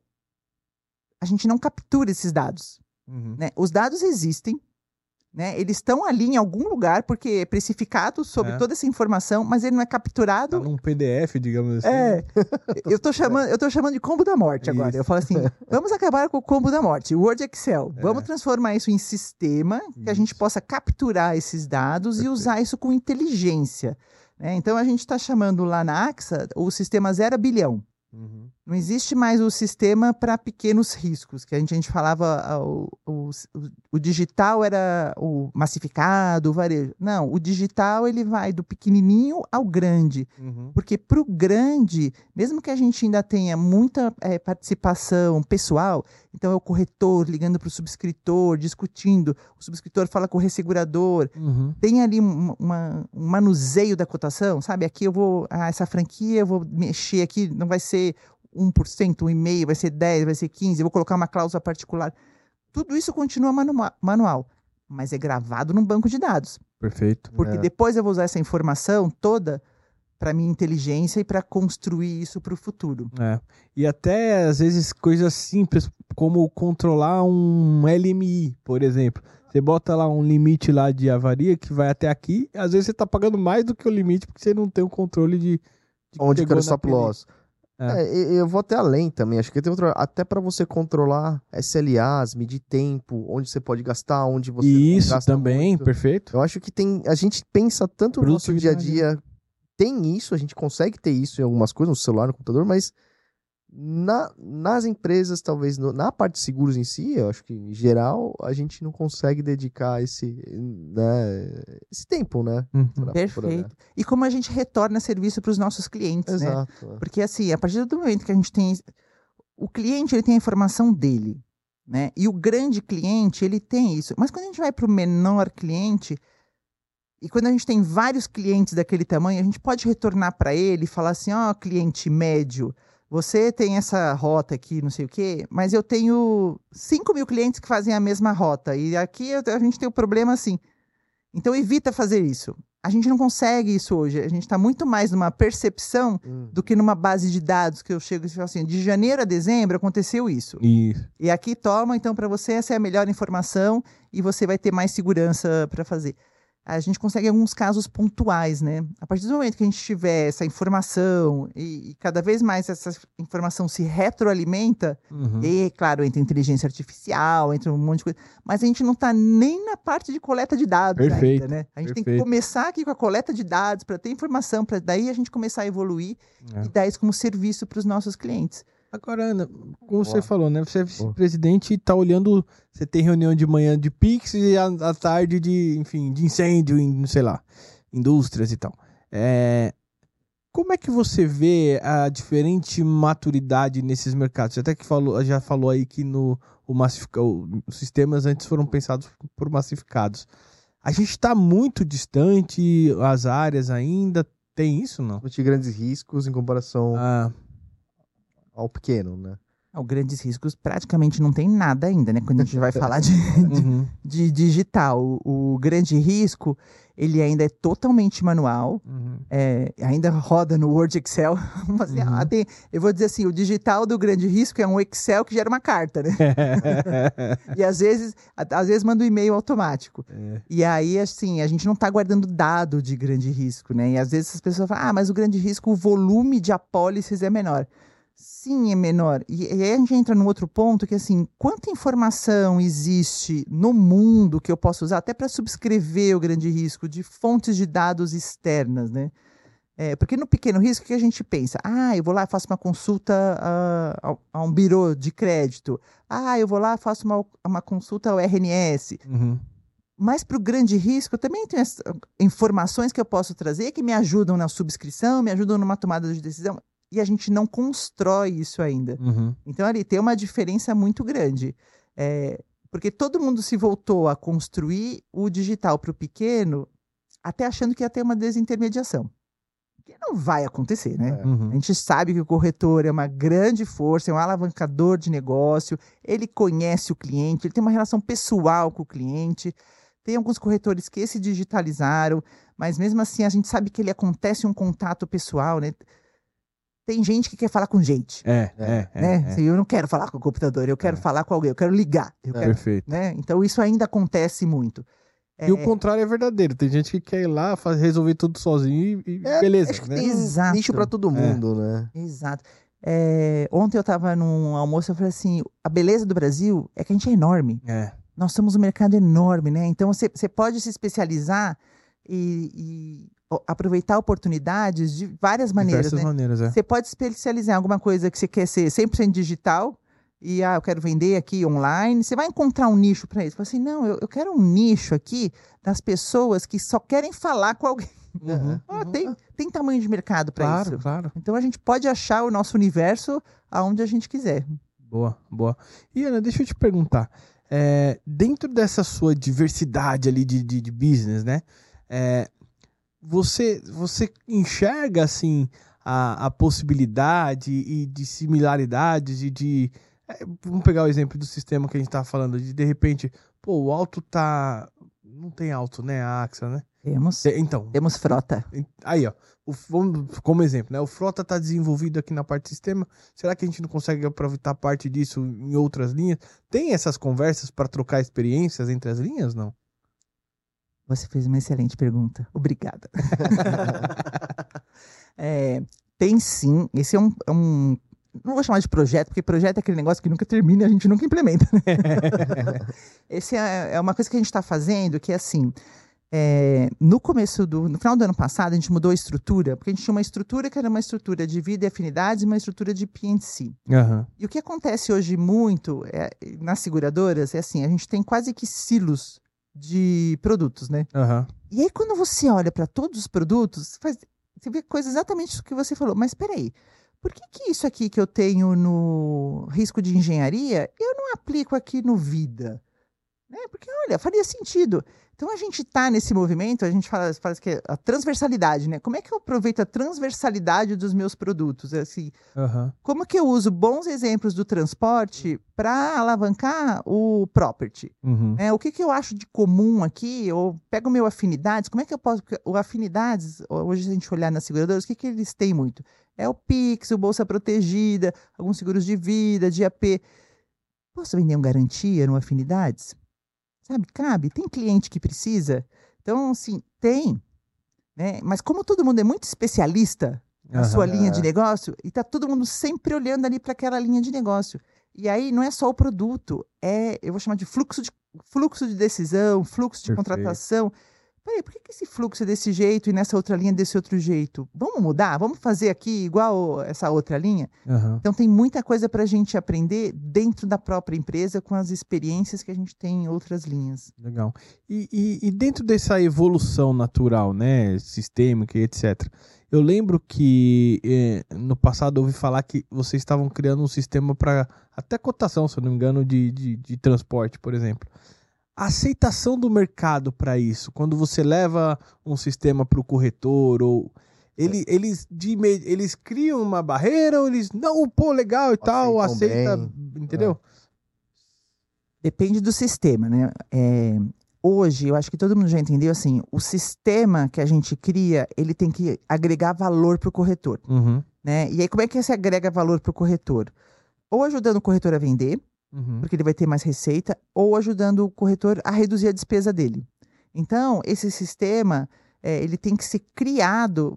a gente não captura esses dados, Uhum. né? Os dados existem, né? Eles estão ali em algum lugar, porque é precificado sobre É. toda essa informação, mas ele não é capturado. Tá num P D F, digamos assim. É, eu tô chamando, eu tô chamando de combo da morte agora. Isso. Eu falo assim, vamos acabar com o combo da morte, o Word Excel. É. Vamos transformar isso em sistema que a gente Isso. possa capturar esses dados e usar isso com inteligência. né? Então, a gente está chamando lá na AXA o sistema zero a bilhão. Uhum. Não existe mais o sistema para pequenos riscos, que a gente, a gente falava, ah, o, o, o digital era o massificado, o varejo. Não, o digital ele vai do pequenininho ao grande. Uhum. Porque para o grande, mesmo que a gente ainda tenha muita é, participação pessoal, então é o corretor ligando para o subscritor, discutindo, o subscritor fala com o ressegurador, Uhum. tem ali uma, uma, um manuseio da cotação, sabe? Aqui eu vou, ah, essa franquia eu vou mexer aqui, não vai ser um por cento, um vírgula cinco por cento, vai ser dez por cento, vai ser quinze por cento, eu vou colocar uma cláusula particular. Tudo isso continua manua- manual, mas é gravado num banco de dados. Perfeito. Porque É. depois eu vou usar essa informação toda para minha inteligência e para construir isso para o futuro. É. E até, às vezes, coisas simples, como controlar um L M I, por exemplo. Você bota lá um limite lá de avaria que vai até aqui, às vezes você tá pagando mais do que o limite porque você não tem o controle de... de Onde que chegou era o stop naquele- loss. É. É, e- eu vou até além também. Acho que tem outro. Até para você controlar S L As, medir tempo, onde você pode gastar, onde você não Isso gasta também, muito. perfeito. Eu acho que tem. A gente pensa tanto no nosso dia a Produtividade, dia. Tem isso, a gente consegue ter isso em algumas coisas, no celular, no computador, mas na, nas empresas, talvez, no- na parte de seguros em si, eu acho que em geral a gente não consegue dedicar esse, né, esse tempo, né? Uhum. pra- pra- Perfeito. E como a gente retorna serviço para os nossos clientes, né? Exato. é. Porque assim, a partir do momento que a gente tem... O cliente, ele tem a informação dele, né? E o grande cliente, ele tem isso. Mas quando a gente vai para o menor cliente, e quando a gente tem vários clientes daquele tamanho, a gente pode retornar para ele e falar assim, ó, cliente médio, você tem essa rota aqui, não sei o quê, mas eu tenho cinco mil clientes que fazem a mesma rota. E aqui eu- a gente tem o problema assim. Então evita fazer isso. A gente não consegue isso hoje. A gente está muito mais numa percepção Hum. do que numa base de dados que eu chego e falo assim, de janeiro a dezembro aconteceu isso. Isso. E aqui toma, então, para você, essa é a melhor informação e você vai ter mais segurança para fazer. A gente consegue alguns casos pontuais, né? A partir do momento que a gente tiver essa informação e, e cada vez mais essa informação se retroalimenta, Uhum. e, claro, entra inteligência artificial, entra um monte de coisa, mas a gente não está nem na parte de coleta de dados Perfeito, ainda, né? A gente tem perfeito. que começar aqui com a coleta de dados para ter informação, para daí a gente começar a evoluir É. e dar isso como serviço para os nossos clientes. Agora, Ana, como você Boa. falou, né? Você é vice-presidente e tá olhando. Você tem reunião de manhã de Pix e à à tarde de, enfim, de incêndio em, sei lá, indústrias e tal. É, como é que você vê a diferente maturidade nesses mercados? Você até que falou, já falou aí que no, o massifica, o- os sistemas antes foram pensados por massificados. A gente está muito distante, as áreas ainda. Tem isso, não? De grandes riscos em comparação Ah, ao pequeno, né? Ao grandes riscos praticamente não tem nada ainda, né? Quando a gente vai falar de, de, uhum, de digital, o, o grande risco, ele ainda é totalmente manual, uhum. é, ainda roda no Word Excel. Mas, assim, Uhum. ah, tem- eu vou dizer assim, o digital do grande risco é um Excel que gera uma carta, né? E às vezes, a- às vezes manda um e-mail automático. É. E aí, assim, a gente não está guardando dado de grande risco, né? E às vezes as pessoas falam, ah, mas o grande risco, o volume de apólices é menor. Sim, é menor. E, e aí a gente entra num outro ponto que, assim, quanta informação existe no mundo que eu posso usar até para subscrever o grande risco de fontes de dados externas, né? É, porque no pequeno risco, o que a gente pensa? Ah, eu vou lá e faço uma consulta a, a, a um birô de crédito. Ah, eu vou lá e faço uma, uma consulta ao R N S. Uhum. Mas para o grande risco, eu também tenho essa- informações que eu posso trazer que me ajudam na subscrição, me ajudam numa tomada de decisão. E a gente não constrói isso ainda. Uhum. Então, ali tem uma diferença muito grande. É, porque todo mundo se voltou a construir o digital para o pequeno, até achando que ia ter uma desintermediação. Que não vai acontecer, né? É. A Uhum. gente sabe que o corretor é uma grande força, é um alavancador de negócio, ele conhece o cliente, ele tem uma relação pessoal com o cliente. Tem alguns corretores que se digitalizaram, mas mesmo assim a gente sabe que ele acontece um contato pessoal, né? Tem gente que quer falar com gente, É, é, é. né? é. Assim, eu não quero falar com o computador, eu quero É. falar com alguém, eu quero ligar, eu quero, Perfeito. né? Então isso ainda acontece muito. E o contrário é verdadeiro. Tem gente que quer ir lá, faz, resolver tudo sozinho e, e É, beleza, acho que né? tem Exato. nicho pra todo mundo, né? Exato. É, ontem eu estava num almoço, eu falei assim, a beleza do Brasil é que a gente é enorme. É. Nós somos um mercado enorme, né? Então você você pode se especializar e, e o- aproveitar oportunidades de várias maneiras, Diversas né? maneiras, é. Você pode especializar em alguma coisa que você quer ser cem por cento digital e, ah, eu quero vender aqui online. Você vai encontrar um nicho para isso. Fala assim, não, eu, eu quero um nicho aqui das pessoas que só querem falar com alguém. Uhum. Ah, tem, tem tamanho de mercado para Claro, isso. claro. Então a gente pode achar o nosso universo aonde a gente quiser. Boa, boa. E Ana, deixa eu te perguntar. é, dentro dessa sua diversidade ali de, de, de business, né? é, você, você enxerga, assim, a, a possibilidade e de similaridades e de... é, vamos pegar o exemplo do sistema que a gente tá falando, de de repente, pô, o auto tá... Não tem auto, né? A Axa, né? Temos, Te- Então, temos frota. aí, ó, o, vamos, como exemplo, né? O Frota está desenvolvido aqui na parte de sistema. Será que a gente não consegue aproveitar parte disso em outras linhas? Tem essas conversas para trocar experiências entre as linhas, não? Você fez uma excelente pergunta. Obrigada. É, tem sim. Esse é um, é um- Não vou chamar de projeto, porque projeto é aquele negócio que nunca termina e a gente nunca implementa, né? Esse é, é uma coisa que a gente está fazendo, que é assim. é, no começo do. No final do ano passado, a gente mudou a estrutura, porque a gente tinha uma estrutura que era uma estrutura de vida e afinidades e uma estrutura de P and C. Aham. E o que acontece hoje muito é, nas seguradoras é assim: a gente tem quase que silos de produtos, né? Aham. E aí, quando você olha para todos os produtos, faz- você vê coisa exatamente o que você falou. Mas peraí, por que, que isso aqui que eu tenho no risco de engenharia, eu não aplico aqui no vida? Né? Porque, olha, faria sentido. Então, a gente está nesse movimento, a gente fala, fala que é a transversalidade, né? Como é que eu aproveito a transversalidade dos meus produtos? Assim, Aham. como que eu uso bons exemplos do transporte para alavancar o property? Uhum. É, o que, que eu acho de comum aqui? Ou pego o meu afinidades, como é que eu posso... porque o afinidades, hoje se a gente olhar nas seguradoras, o que, que eles têm muito? É o Pix, o Bolsa Protegida, alguns seguros de vida, de A P. Posso vender um garantia no afinidades? Sabe, cabe. Tem cliente que precisa? Então, assim, tem. Né? Mas como todo mundo é muito especialista na sua Aham. linha de É. negócio, e tá todo mundo sempre olhando ali para aquela linha de negócio. E aí não é só o produto, é, eu vou chamar de fluxo de, fluxo de decisão, fluxo de Perfeito. contratação. Peraí, por que, que esse fluxo é desse jeito e nessa outra linha é desse outro jeito? Vamos mudar? Vamos fazer aqui igual essa outra linha? Aham. Então tem muita coisa para a gente aprender dentro da própria empresa com as experiências que a gente tem em outras linhas. Legal. E, e- e dentro dessa evolução natural, né, sistêmica e etcétera, eu lembro que eh, no passado eu ouvi falar que vocês estavam criando um sistema para até cotação, se eu não me engano, de, de, de transporte, por exemplo. A aceitação do mercado para isso, quando você leva um sistema para o corretor, ou ele, eles, de, ime- eles criam uma barreira, ou eles, não, pô, legal e tal, Aceitam aceita, entendeu? Depende do sistema, né? É, hoje, eu acho que todo mundo já entendeu, assim, o sistema que a gente cria, ele tem que agregar valor para o corretor, Uhum, né? E aí, como é que você agrega valor para o corretor? Ou ajudando o corretor a vender, uhum, porque ele vai ter mais receita, ou ajudando o corretor a reduzir a despesa dele. Então, esse sistema, é, ele tem que ser criado,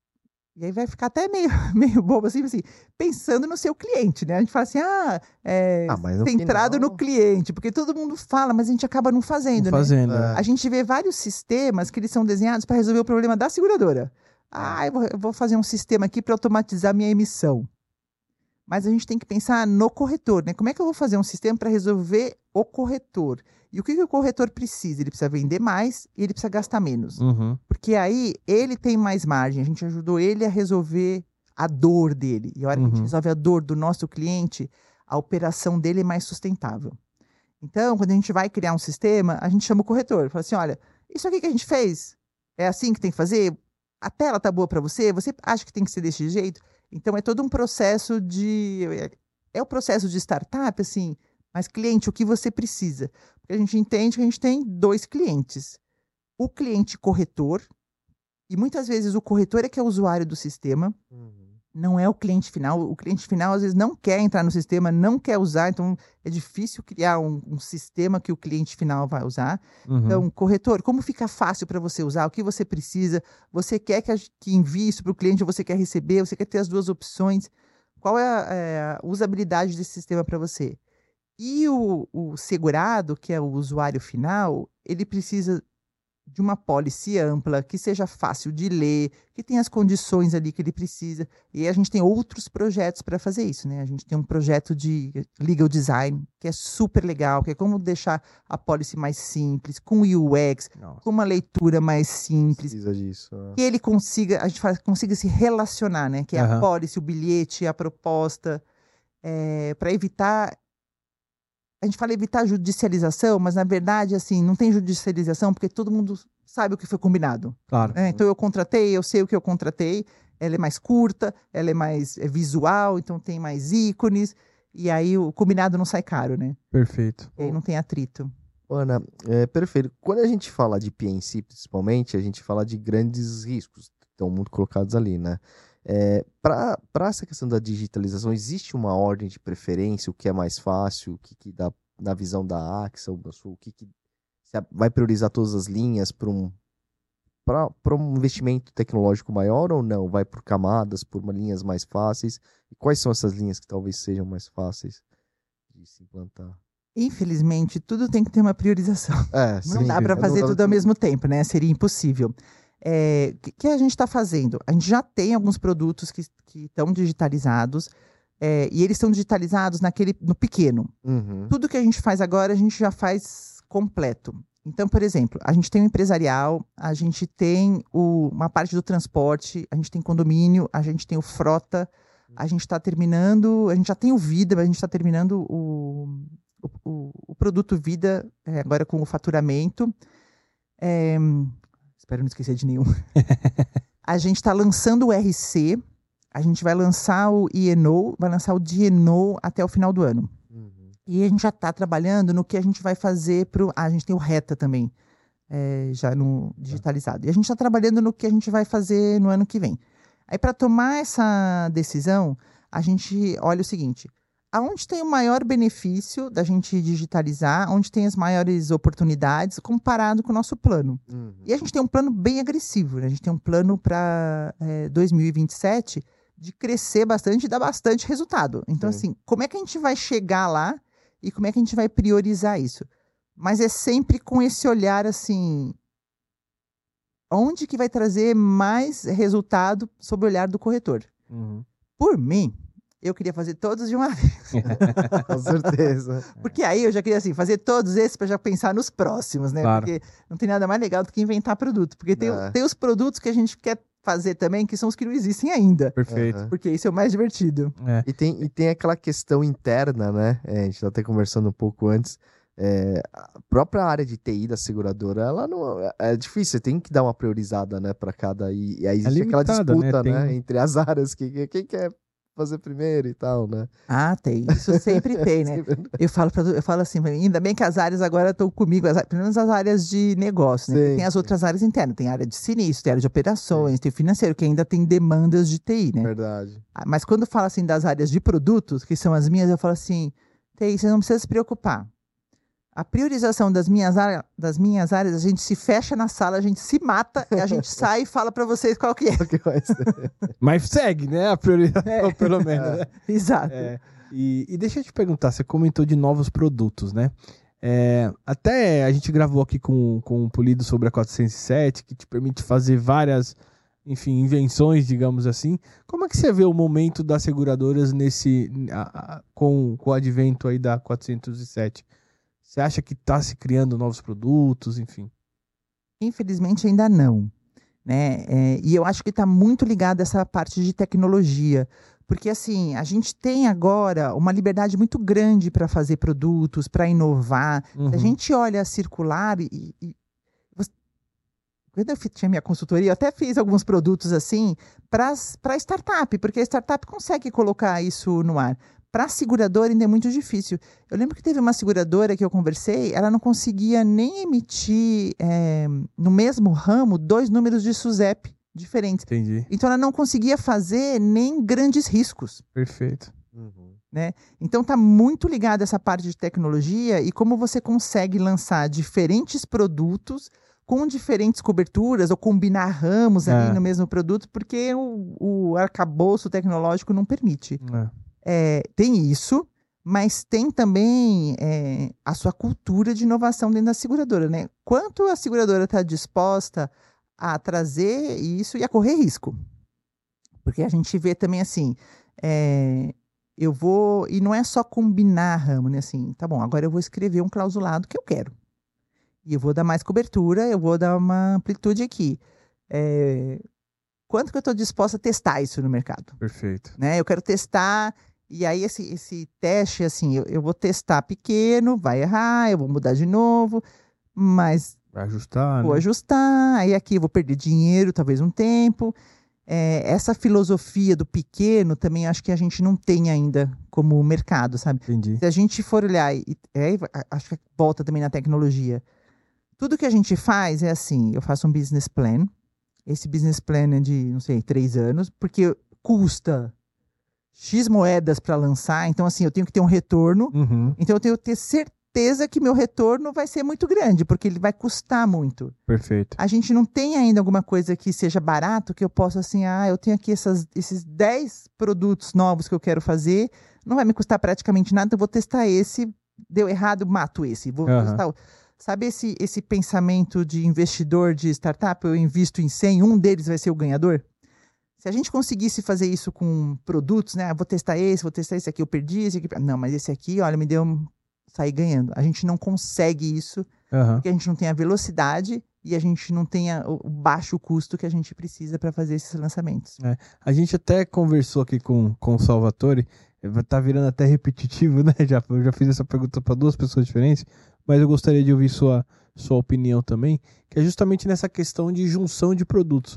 e aí vai ficar até meio, meio bobo assim, assim, pensando no seu cliente, né? A gente fala assim, ah, é, Ah, mas no centrado final- no cliente, porque todo mundo fala, mas a gente acaba não fazendo, né? fazendo. É. A gente vê vários sistemas que eles são desenhados para resolver o problema da seguradora. Ah, eu vou, eu vou fazer um sistema aqui para automatizar minha emissão. Mas a gente tem que pensar no corretor, né? Como é que eu vou fazer um sistema para resolver o corretor? E o que, que o corretor precisa? Ele precisa vender mais e ele precisa gastar menos. Uhum, Porque aí ele tem mais margem. A gente ajudou ele a resolver a dor dele. E a hora que a gente Uhum. resolve a dor do nosso cliente, a operação dele é mais sustentável. Então, quando a gente vai criar um sistema, a gente chama o corretor. Fala assim, olha, isso aqui que a gente fez, é assim que tem que fazer? A tela tá boa para você? Você acha que tem que ser desse jeito? Então, é todo um processo de... É, é o processo de startup, assim, mas cliente, o que você precisa? Porque a gente entende que a gente tem dois clientes. O cliente corretor, e muitas vezes o corretor é que é o usuário do sistema, Uhum. não é o cliente final. O cliente final, às vezes, não quer entrar no sistema, não quer usar, então é difícil criar um, um sistema que o cliente final vai usar. uhum. Então, corretor, como fica fácil para você usar? O que você precisa? Você quer que, a, que envie isso para o cliente ou você quer receber? Você quer ter as duas opções? Qual é a, é, a usabilidade desse sistema para você? E o, o segurado, que é o usuário final, ele precisa de uma pólice ampla, que seja fácil de ler, que tenha as condições ali que ele precisa. E a gente tem outros projetos para fazer isso, né? A gente tem um projeto de legal design, que é super legal, que é como deixar a pólice mais simples, com U X, Nossa. com uma leitura mais simples, Precisa disso. né? que ele consiga, a gente faz, consiga se relacionar, né? Que é Aham. a pólice, o bilhete, a proposta, para evitar. A gente fala evitar judicialização, mas na verdade, assim, não tem judicialização porque todo mundo sabe o que foi combinado. Claro. né? Então eu contratei, eu sei o que eu contratei, ela é mais curta, ela é mais é visual, então tem mais ícones, e aí o combinado não sai caro, né? Perfeito. E aí não tem atrito. Ana, é perfeito. Quando a gente fala de P N C, principalmente, a gente fala de grandes riscos que estão muito colocados ali, né? É, para essa questão da digitalização, existe uma ordem de preferência, o que é mais fácil, o que, que dá na visão da Axel, o que, que você vai priorizar todas as linhas para um, para um investimento tecnológico maior ou não? Vai por camadas, por uma, linhas mais fáceis? E quais são essas linhas que talvez sejam mais fáceis de se implantar? Infelizmente, tudo tem que ter uma priorização. É, Não sim, dá para não fazer dá- tudo ao mesmo tempo, né? Seria impossível. É, O que, que a gente está fazendo? A gente já tem alguns produtos que que estão digitalizados, é, e eles estão digitalizados naquele, no pequeno. Uhum. Tudo que a gente faz agora, a gente já faz completo. Então, por exemplo, a gente tem o empresarial, a gente tem o- uma parte do transporte, a gente tem condomínio, a gente tem o frota, a gente está terminando, a gente já tem o Vida, mas a gente está terminando o, o, o- o produto Vida, é, agora com o faturamento. É, espero não esquecer de nenhum. A gente está lançando o R C, a gente vai lançar o I N O, vai lançar o D N O até o final do ano. Uhum. E a gente já está trabalhando no que a gente vai fazer para ah, a gente tem o Reta também, é, já no digitalizado. E a gente está trabalhando no que a gente vai fazer no ano que vem. Aí, para tomar essa decisão, a gente olha o seguinte: aonde tem o maior benefício da gente digitalizar, onde tem as maiores oportunidades, comparado com o nosso plano. Uhum. E a gente tem um plano bem agressivo, né? A gente tem um plano para é, dois mil e vinte e sete de crescer bastante e dar bastante resultado. Então, Sim. assim, como é que a gente vai chegar lá e como é que a gente vai priorizar isso? Mas é sempre com esse olhar, assim, onde que vai trazer mais resultado sob o olhar do corretor? Uhum. Por mim, eu queria fazer todos de uma vez. Com certeza. Porque aí eu já queria, assim, fazer todos esses para já pensar nos próximos, né? Claro. Porque não tem nada mais legal do que inventar produto. Porque tem, É. tem os produtos que a gente quer fazer também, que são os que não existem ainda. Perfeito. Aham. Porque isso é o mais divertido. É. E tem, e tem aquela questão interna, né? É, a gente tá até conversando um pouco antes. É, a própria área de T I da seguradora, ela não é, é difícil, você tem que dar uma priorizada, né, para cada. E, e aí existe aquela limitada, né? disputa, né, Tem- entre as áreas, que, que- quem quer fazer primeiro e tal, né? Ah, tem. Isso sempre tem, né? Sempre- Eu falo, pra, eu falo assim, ainda bem que as áreas agora estão comigo, as, pelo menos as áreas de negócio, né? Sim, Porque tem as sim. outras áreas internas, tem área de sinistro, tem área de operações, tem financeiro, que ainda tem demandas de T I, né? Verdade. Ah, mas quando fala assim das áreas de produtos, que são as minhas, eu falo assim, T I, você não precisa se preocupar. A priorização das minhas, área, das minhas áreas, a gente se fecha na sala, a gente se mata, e a gente sai e fala pra vocês qual que é. O que vai ser? Mas segue, né? A priorização, É. pelo menos. né? Exato. É, e, e deixa eu te perguntar, você comentou de novos produtos, né? É, até a gente gravou aqui com, com o Polido sobre a quatrocentos e sete, que te permite fazer várias, enfim, invenções, digamos assim. Como é que você vê o momento das seguradoras nesse, a- a- com, com o advento aí da quatrocentos e sete? Você acha que está se criando novos produtos, enfim? Infelizmente ainda não, né? É, e eu acho que está muito ligado a essa parte de tecnologia, porque assim a gente tem agora uma liberdade muito grande para fazer produtos, para inovar. Se Uhum. a gente olha a circular e, e você- quando eu fi- tinha minha consultoria, eu até fiz alguns produtos assim para startup, porque a startup consegue colocar isso no ar. Para seguradora ainda é muito difícil. Eu lembro que teve uma seguradora que eu conversei, ela não conseguia nem emitir é, no mesmo ramo dois números de SUSEP diferentes. Entendi. Então ela não conseguia fazer nem grandes riscos. Perfeito. Uhum. Então tá muito ligado essa parte de tecnologia e como você consegue lançar diferentes produtos com diferentes coberturas ou combinar ramos É. ali no mesmo produto, porque o, o arcabouço tecnológico não permite. É. É, tem isso, mas tem também é, a sua cultura de inovação dentro da seguradora, né? Quanto a seguradora está disposta a trazer isso e a correr risco? Porque a gente vê também assim, é, eu vou, e não é só combinar ramo, né? Assim, tá bom, agora eu vou escrever um clausulado que eu quero. E eu vou dar mais cobertura, eu vou dar uma amplitude aqui. É, quanto que eu estou disposta a testar isso no mercado? Perfeito. Né? Eu quero testar, e aí esse, esse teste, assim, eu, eu vou testar pequeno, vai errar, eu vou mudar de novo, mas Vai ajustar, vou né? ajustar, aí aqui eu vou perder dinheiro, talvez um tempo. É, essa filosofia do pequeno também acho que a gente não tem ainda como mercado, sabe? Entendi. Se a gente for olhar, e, é, acho que volta também na tecnologia, tudo que a gente faz é assim, eu faço um business plan, esse business plan é de, não sei, três anos, porque custa X moedas para lançar, então assim, eu tenho que ter um retorno, Uhum. então eu tenho que ter certeza que meu retorno vai ser muito grande, porque ele vai custar muito. Perfeito. A gente não tem ainda alguma coisa que seja barato, que eu possa assim, ah, eu tenho aqui essas, esses dez produtos novos que eu quero fazer, não vai me custar praticamente nada, eu vou testar esse, deu errado, mato esse, vou Aham. testar o... Sabe esse, esse pensamento de investidor de startup? Eu invisto em cem, um deles vai ser o ganhador? Se a gente conseguisse fazer isso com produtos, né? Ah, vou testar esse, vou testar esse aqui, eu perdi esse aqui. Não, mas esse aqui, olha, me deu um... sair ganhando. A gente não consegue isso, Aham. porque a gente não tem a velocidade e a gente não tem a- o baixo custo que a gente precisa para fazer esses lançamentos. A gente até conversou aqui com, com o Salvatore, eh, tá virando até repetitivo, né? Já, eu já fiz essa pergunta para duas pessoas diferentes, mas eu gostaria de ouvir sua, sua opinião também, que é justamente nessa questão de junção de produtos.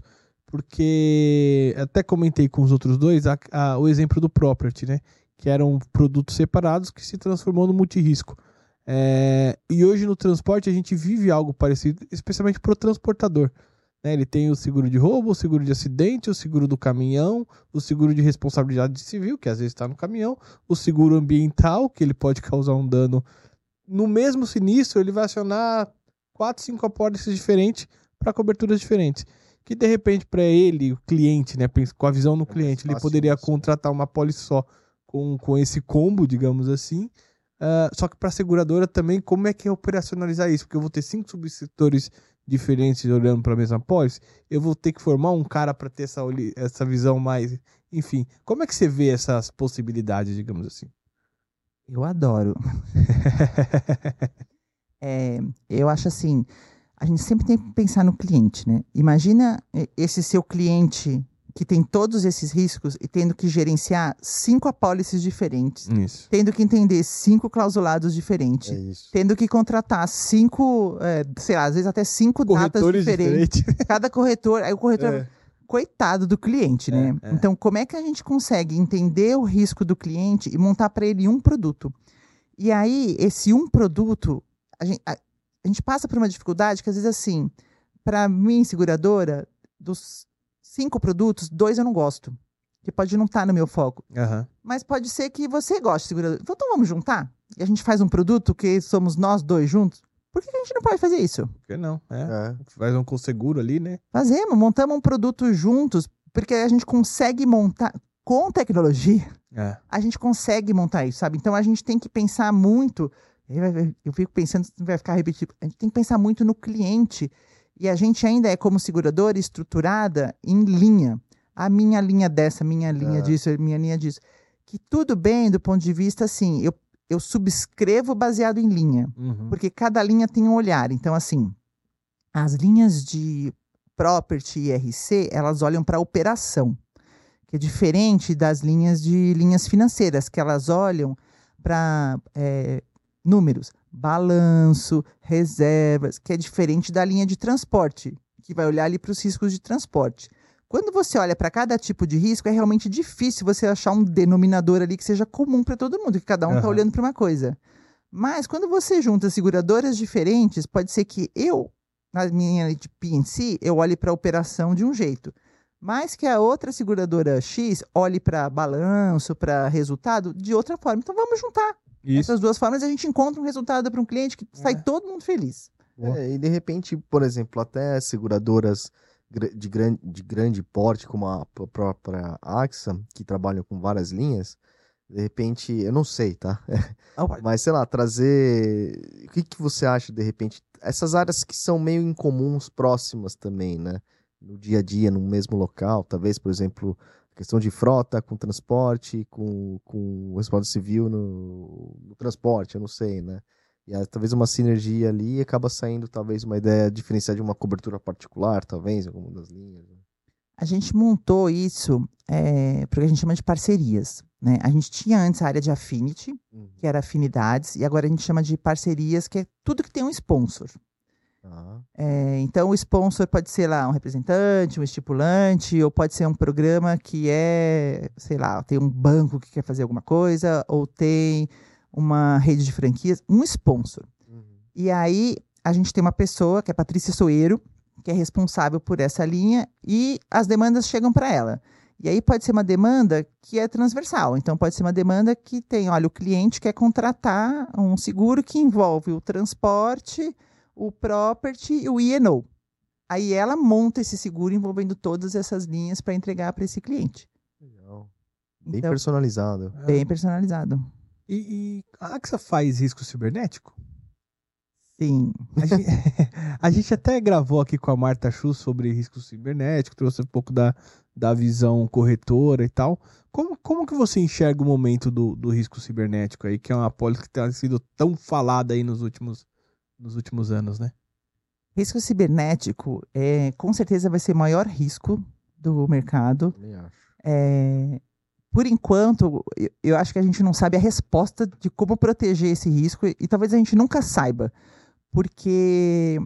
Porque até comentei com os outros dois a- a- o exemplo do Property, né? Que eram produtos separados que se transformou no multirrisco. É, e hoje no transporte a gente vive algo parecido, especialmente para o transportador. Né? Ele tem o seguro de roubo, o seguro de acidente, o seguro do caminhão, o seguro de responsabilidade civil, que às vezes está no caminhão, o seguro ambiental, que ele pode causar um dano. No mesmo sinistro, ele vai acionar quatro, cinco apólices diferentes para coberturas diferentes. Que de repente, para ele, o cliente, né, pensa- com a visão no mais cliente, ele fácil poderia isso, né? contratar uma apólice só com, com esse combo, digamos assim. Ah, só que para a seguradora também, como é que é operacionalizar isso? Porque eu vou ter cinco subsetores diferentes olhando para a mesma apólice, eu vou ter que formar um cara para ter essa, oli- essa visão mais. Enfim, como é que você vê essas possibilidades, digamos assim? Eu adoro. É, eu acho assim, a gente sempre tem que pensar no cliente, né? Imagina eh, esse seu cliente que tem todos esses riscos e tendo que gerenciar cinco apólices diferentes, Isso. tendo que entender cinco clausulados É diferentes, isso. tendo que contratar cinco, eh, sei lá, às vezes até cinco datas Corretores diferentes. diferentes. Cada corretor, aí o corretor, É. coitado do cliente, né? É, é. Então, como é que a gente consegue entender o risco do cliente e montar para ele um produto? E aí, esse um produto, a gente, a, a gente passa por uma dificuldade que, às vezes, assim, para mim, seguradora, dos cinco produtos, dois eu não gosto. Que pode não estar no meu foco. Aham. Mas pode ser que você goste de seguradora. Então, vamos juntar? E a gente faz um produto que somos nós dois juntos? Por que a gente não pode fazer isso? Por que não? É. É. Faz um conseguro ali, né? Fazemos, montamos um produto juntos, porque a gente consegue montar com tecnologia. É. A gente consegue montar isso, sabe? Então a gente tem que pensar muito. Eu eu fico pensando, vai ficar repetido. A gente tem que pensar muito no cliente. E a gente ainda é, como seguradora, estruturada em linha. A minha linha dessa, minha linha É. disso, a minha linha disso. Que tudo bem do ponto de vista, assim, eu, eu subscrevo baseado em linha. Uhum. Porque cada linha tem um olhar. Então, assim, as linhas de property e R C, elas olham para a operação, que é diferente das linhas de linhas financeiras, que elas olham para números, balanço, reservas, que é diferente da linha de transporte, que vai olhar ali para os riscos de transporte. Quando você olha para cada tipo de risco, é realmente difícil você achar um denominador ali que seja comum para todo mundo, que cada um está Aham. olhando para uma coisa. Mas quando você junta seguradoras diferentes, pode ser que eu, na minha de P e C, eu olhe para a operação de um jeito, mas que a outra seguradora X olhe para balanço, para resultado de outra forma. Então vamos juntar Isso. essas duas formas e a gente encontra um resultado para um cliente que sai É. todo mundo feliz. É, e de repente, por exemplo, até seguradoras gra- de, gran- de grande porte, como a p- própria A X A, que trabalham com várias linhas, De repente, eu não sei, tá? Não, pode. Mas, sei lá, trazer... O que, que você acha, de repente? Essas áreas que são meio incomuns, próximas também, né? No dia a dia, no mesmo local. Talvez, por exemplo, questão de frota com transporte, com, com o respaldo civil no, no transporte, eu não sei, né? E aí, talvez uma sinergia ali e acaba saindo, talvez, uma ideia diferenciada de uma cobertura particular, talvez, em alguma das linhas. Né? A gente montou isso é, porque a gente chama de parcerias, né? A gente tinha antes a área de affinity, Uhum. que era afinidades, e agora a gente chama de parcerias, que é tudo que tem um sponsor. Ah, É, então, o sponsor pode ser lá um representante, um estipulante, ou pode ser um programa que é, sei lá, tem um banco que quer fazer alguma coisa, ou tem uma rede de franquias, um sponsor. uhum. E aí, a gente tem uma pessoa, que é a Patrícia Soeiro, que é responsável por essa linha, e as demandas chegam para ela. E aí pode ser uma demanda que é transversal. Então, pode ser uma demanda que tem, olha, o cliente quer contratar um seguro que envolve o transporte, o property e o E and O. Aí ela monta esse seguro envolvendo todas essas linhas para entregar para esse cliente. Legal. Bem Então, personalizado. bem personalizado. E, e a AXA faz risco cibernético? Sim. A gente, a gente até gravou aqui com a Marta Chu sobre risco cibernético, trouxe um pouco da, da visão corretora e tal. Como, como que você enxerga o momento do, do risco cibernético aí, que é uma apólice que tem sido tão falada aí nos últimos, nos últimos anos, né? Risco cibernético, é, com certeza vai ser o maior risco do mercado. Também acho. É, por enquanto, eu, eu acho que a gente não sabe a resposta de como proteger esse risco e, e talvez a gente nunca saiba, porque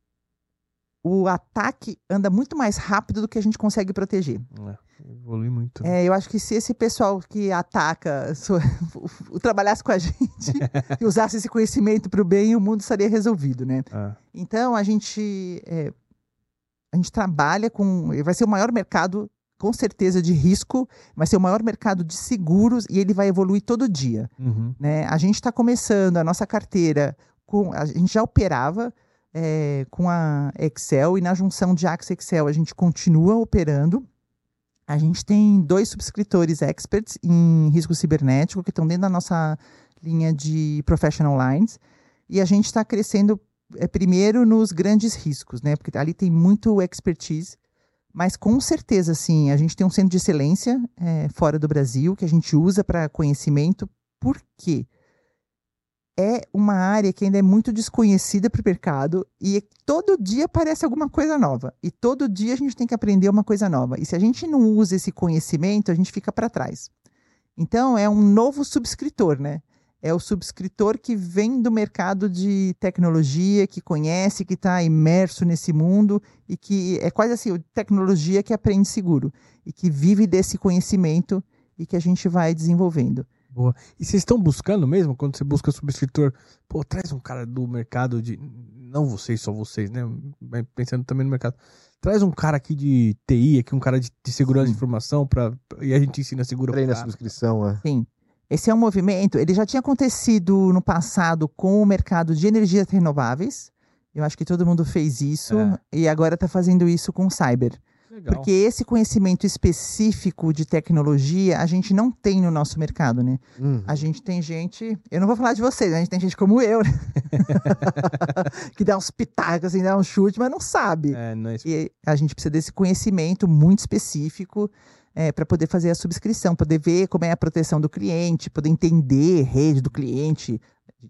o ataque anda muito mais rápido do que a gente consegue proteger. É, evolui muito. É, eu acho que se esse pessoal que ataca so, trabalhasse com a gente e usasse esse conhecimento para o bem, o mundo estaria resolvido, né? É. Então, a gente, é, a gente trabalha com... Vai ser o maior mercado, com certeza, de risco, vai ser o maior mercado de seguros e ele vai evoluir todo dia. Uhum. Né? A gente está começando a nossa carteira, com, a gente já operava é, com a Excel e na junção de AXA e Excel a gente continua operando. A gente tem dois subscritores experts em risco cibernético que estão dentro da nossa linha de professional lines e a gente está crescendo é, primeiro nos grandes riscos, né? Porque ali tem muito expertise, mas com certeza, sim, a gente tem um centro de excelência é, fora do Brasil que a gente usa para conhecimento. Por quê? É uma área que ainda é muito desconhecida para o mercado e todo dia aparece alguma coisa nova. E todo dia a gente tem que aprender uma coisa nova. E se a gente não usa esse conhecimento, a gente fica para trás. Então, é um novo subscritor, né? É o subscritor que vem do mercado de tecnologia, que conhece, que está imerso nesse mundo e que é quase assim, tecnologia que aprende seguro e que vive desse conhecimento e que a gente vai desenvolvendo. Boa. E vocês estão buscando mesmo, quando você busca subscritor, pô, traz um cara do mercado de, não vocês, só vocês, né, mas pensando também no mercado, traz um cara aqui de T I, aqui um cara de, de segurança Sim. de informação, pra, e a gente ensina seguro Treina a pro cara. subscrição, é. Sim. Esse é um movimento, ele já tinha acontecido no passado com o mercado de energias renováveis, eu acho que todo mundo fez isso, É. e agora está fazendo isso com cyber. Legal. Porque esse conhecimento específico de tecnologia a gente não tem no nosso mercado, né? Uhum. A gente tem gente... Eu não vou falar de vocês, a gente tem gente como eu, né? que dá uns pitacos, assim, dá um chute, mas não sabe. É, não é isso. E a gente precisa desse conhecimento muito específico é, para poder fazer a subscrição, poder ver como é a proteção do cliente, poder entender a rede do cliente.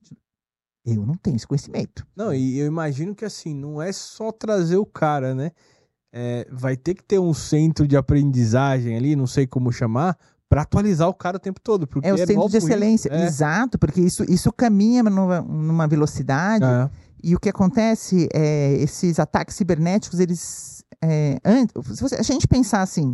Eu não tenho esse conhecimento. Não, e eu imagino que assim, não é só trazer o cara, né? É, vai ter que ter um centro de aprendizagem ali, não sei como chamar, para atualizar o cara o tempo todo. Porque É o centro novo de excelência, isso, é. exato, porque isso, isso caminha numa, numa velocidade. É. E o que acontece é, esses ataques cibernéticos, eles... É, antes, se, você, se a gente pensar assim,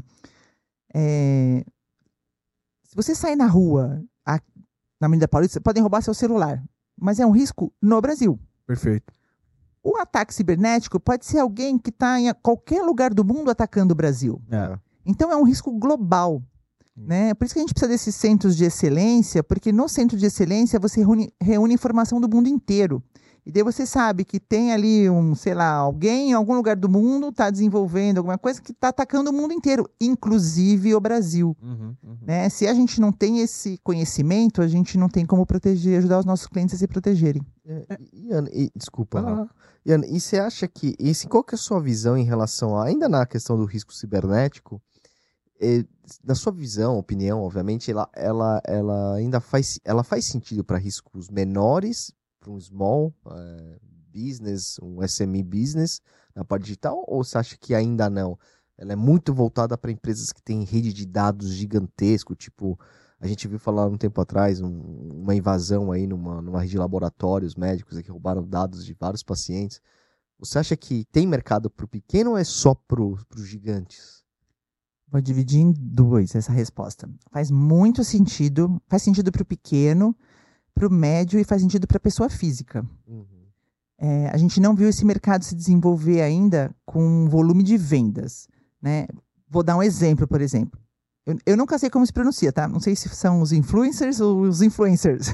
é, se você sair na rua, a, na Avenida Paulista, podem roubar seu celular, mas é um risco no Brasil. Perfeito. O ataque cibernético pode ser alguém que está em qualquer lugar do mundo atacando o Brasil. É. Então é um risco global. Né? Por isso que a gente precisa desses centros de excelência, porque no centro de excelência você reúne, reúne informação do mundo inteiro. E daí você sabe que tem ali um, sei lá, alguém em algum lugar do mundo está desenvolvendo alguma coisa que está atacando o mundo inteiro, inclusive o Brasil. Uhum, uhum. Né? Se a gente não tem esse conhecimento, a gente não tem como proteger, ajudar os nossos clientes a se protegerem. É, e, Ian, e- desculpa, Vai lá. Rafa. Ian, e você acha que, esse, qual que é a sua visão em relação, a, ainda na questão do risco cibernético, eh, na sua visão, opinião, obviamente, ela, ela, ela ainda faz, ela faz sentido para riscos menores, para um small eh, business, um S M E business na parte digital, ou você acha que ainda não? Ela é muito voltada para empresas que têm rede de dados gigantesco, tipo, a gente viu falar um tempo atrás um- uma invasão aí numa, numa rede de laboratórios médicos aí que roubaram dados de vários pacientes. Você acha que tem mercado para o pequeno ou é só para os gigantes? Vou dividir em dois essa resposta. Faz muito sentido, faz sentido para o pequeno, para o médio e faz sentido para a pessoa física. Uhum. É, a gente não viu esse mercado se desenvolver ainda com volume de vendas, né? Vou dar um exemplo, por exemplo. Eu, eu nunca sei como se pronuncia, tá? Não sei se são os influencers ou os influencers.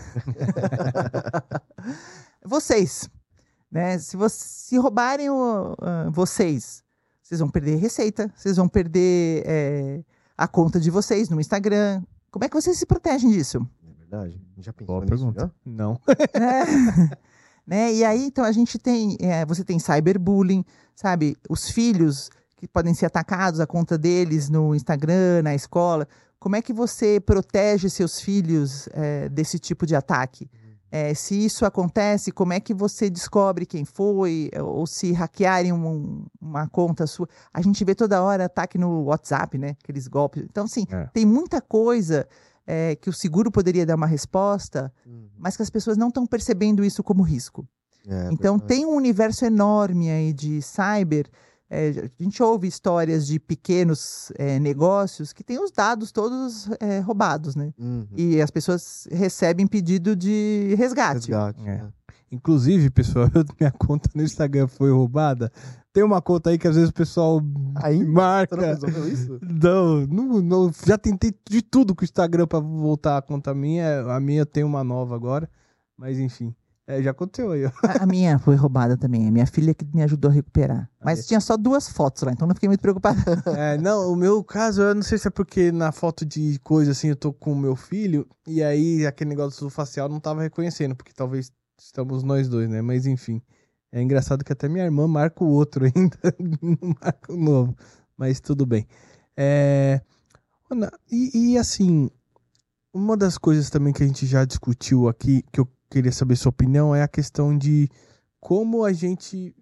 Vocês, né? Se, você, se roubarem o, ah, vocês, vocês vão perder receita, vocês vão perder é, a conta de vocês no Instagram. Como é que vocês se protegem disso? É verdade? Já pensou Boa nisso, pergunta. já? Não. né? né? E aí, então, a gente tem, é, você tem cyberbullying, sabe? Os filhos que podem ser atacados, a conta deles no Instagram, na escola. Como é que você protege seus filhos é, desse tipo de ataque? É, se isso acontece, como é que você descobre quem foi? Ou se hackearem um- uma conta sua? A gente vê toda hora ataque no WhatsApp, né? Aqueles golpes. Então, assim, É. tem muita coisa é, que o seguro poderia dar uma resposta, Uhum. mas que as pessoas não estão percebendo isso como risco. É, Então, verdade. tem um universo enorme aí de cyber. É, a gente ouve histórias de pequenos é, negócios que têm os dados todos é, roubados, né? Uhum. E as pessoas recebem pedido de resgate. Resgate. É. né? Inclusive, pessoal, minha conta no Instagram foi roubada. Tem uma conta aí que às vezes o pessoal Ainda? marca. Você não resolveu isso? Não, não, não, já tentei de tudo com o Instagram pra voltar a conta minha. A minha tem uma nova agora. Mas enfim, é, já aconteceu aí, ó. A, a minha foi roubada também. A minha filha que me ajudou a recuperar. Mas Aí. tinha só duas fotos lá, então não fiquei muito preocupada. É, não, o meu caso, eu não sei se é porque na foto de coisa assim eu tô com o meu filho e aí aquele negócio do facial não tava reconhecendo, porque talvez estamos nós dois, né? Mas enfim, é engraçado que até minha irmã marca o outro ainda, não marca o novo, mas tudo bem. É, Ana, e, e assim, uma das coisas também que a gente já discutiu aqui, que eu queria saber sua opinião, é a questão de como a gente,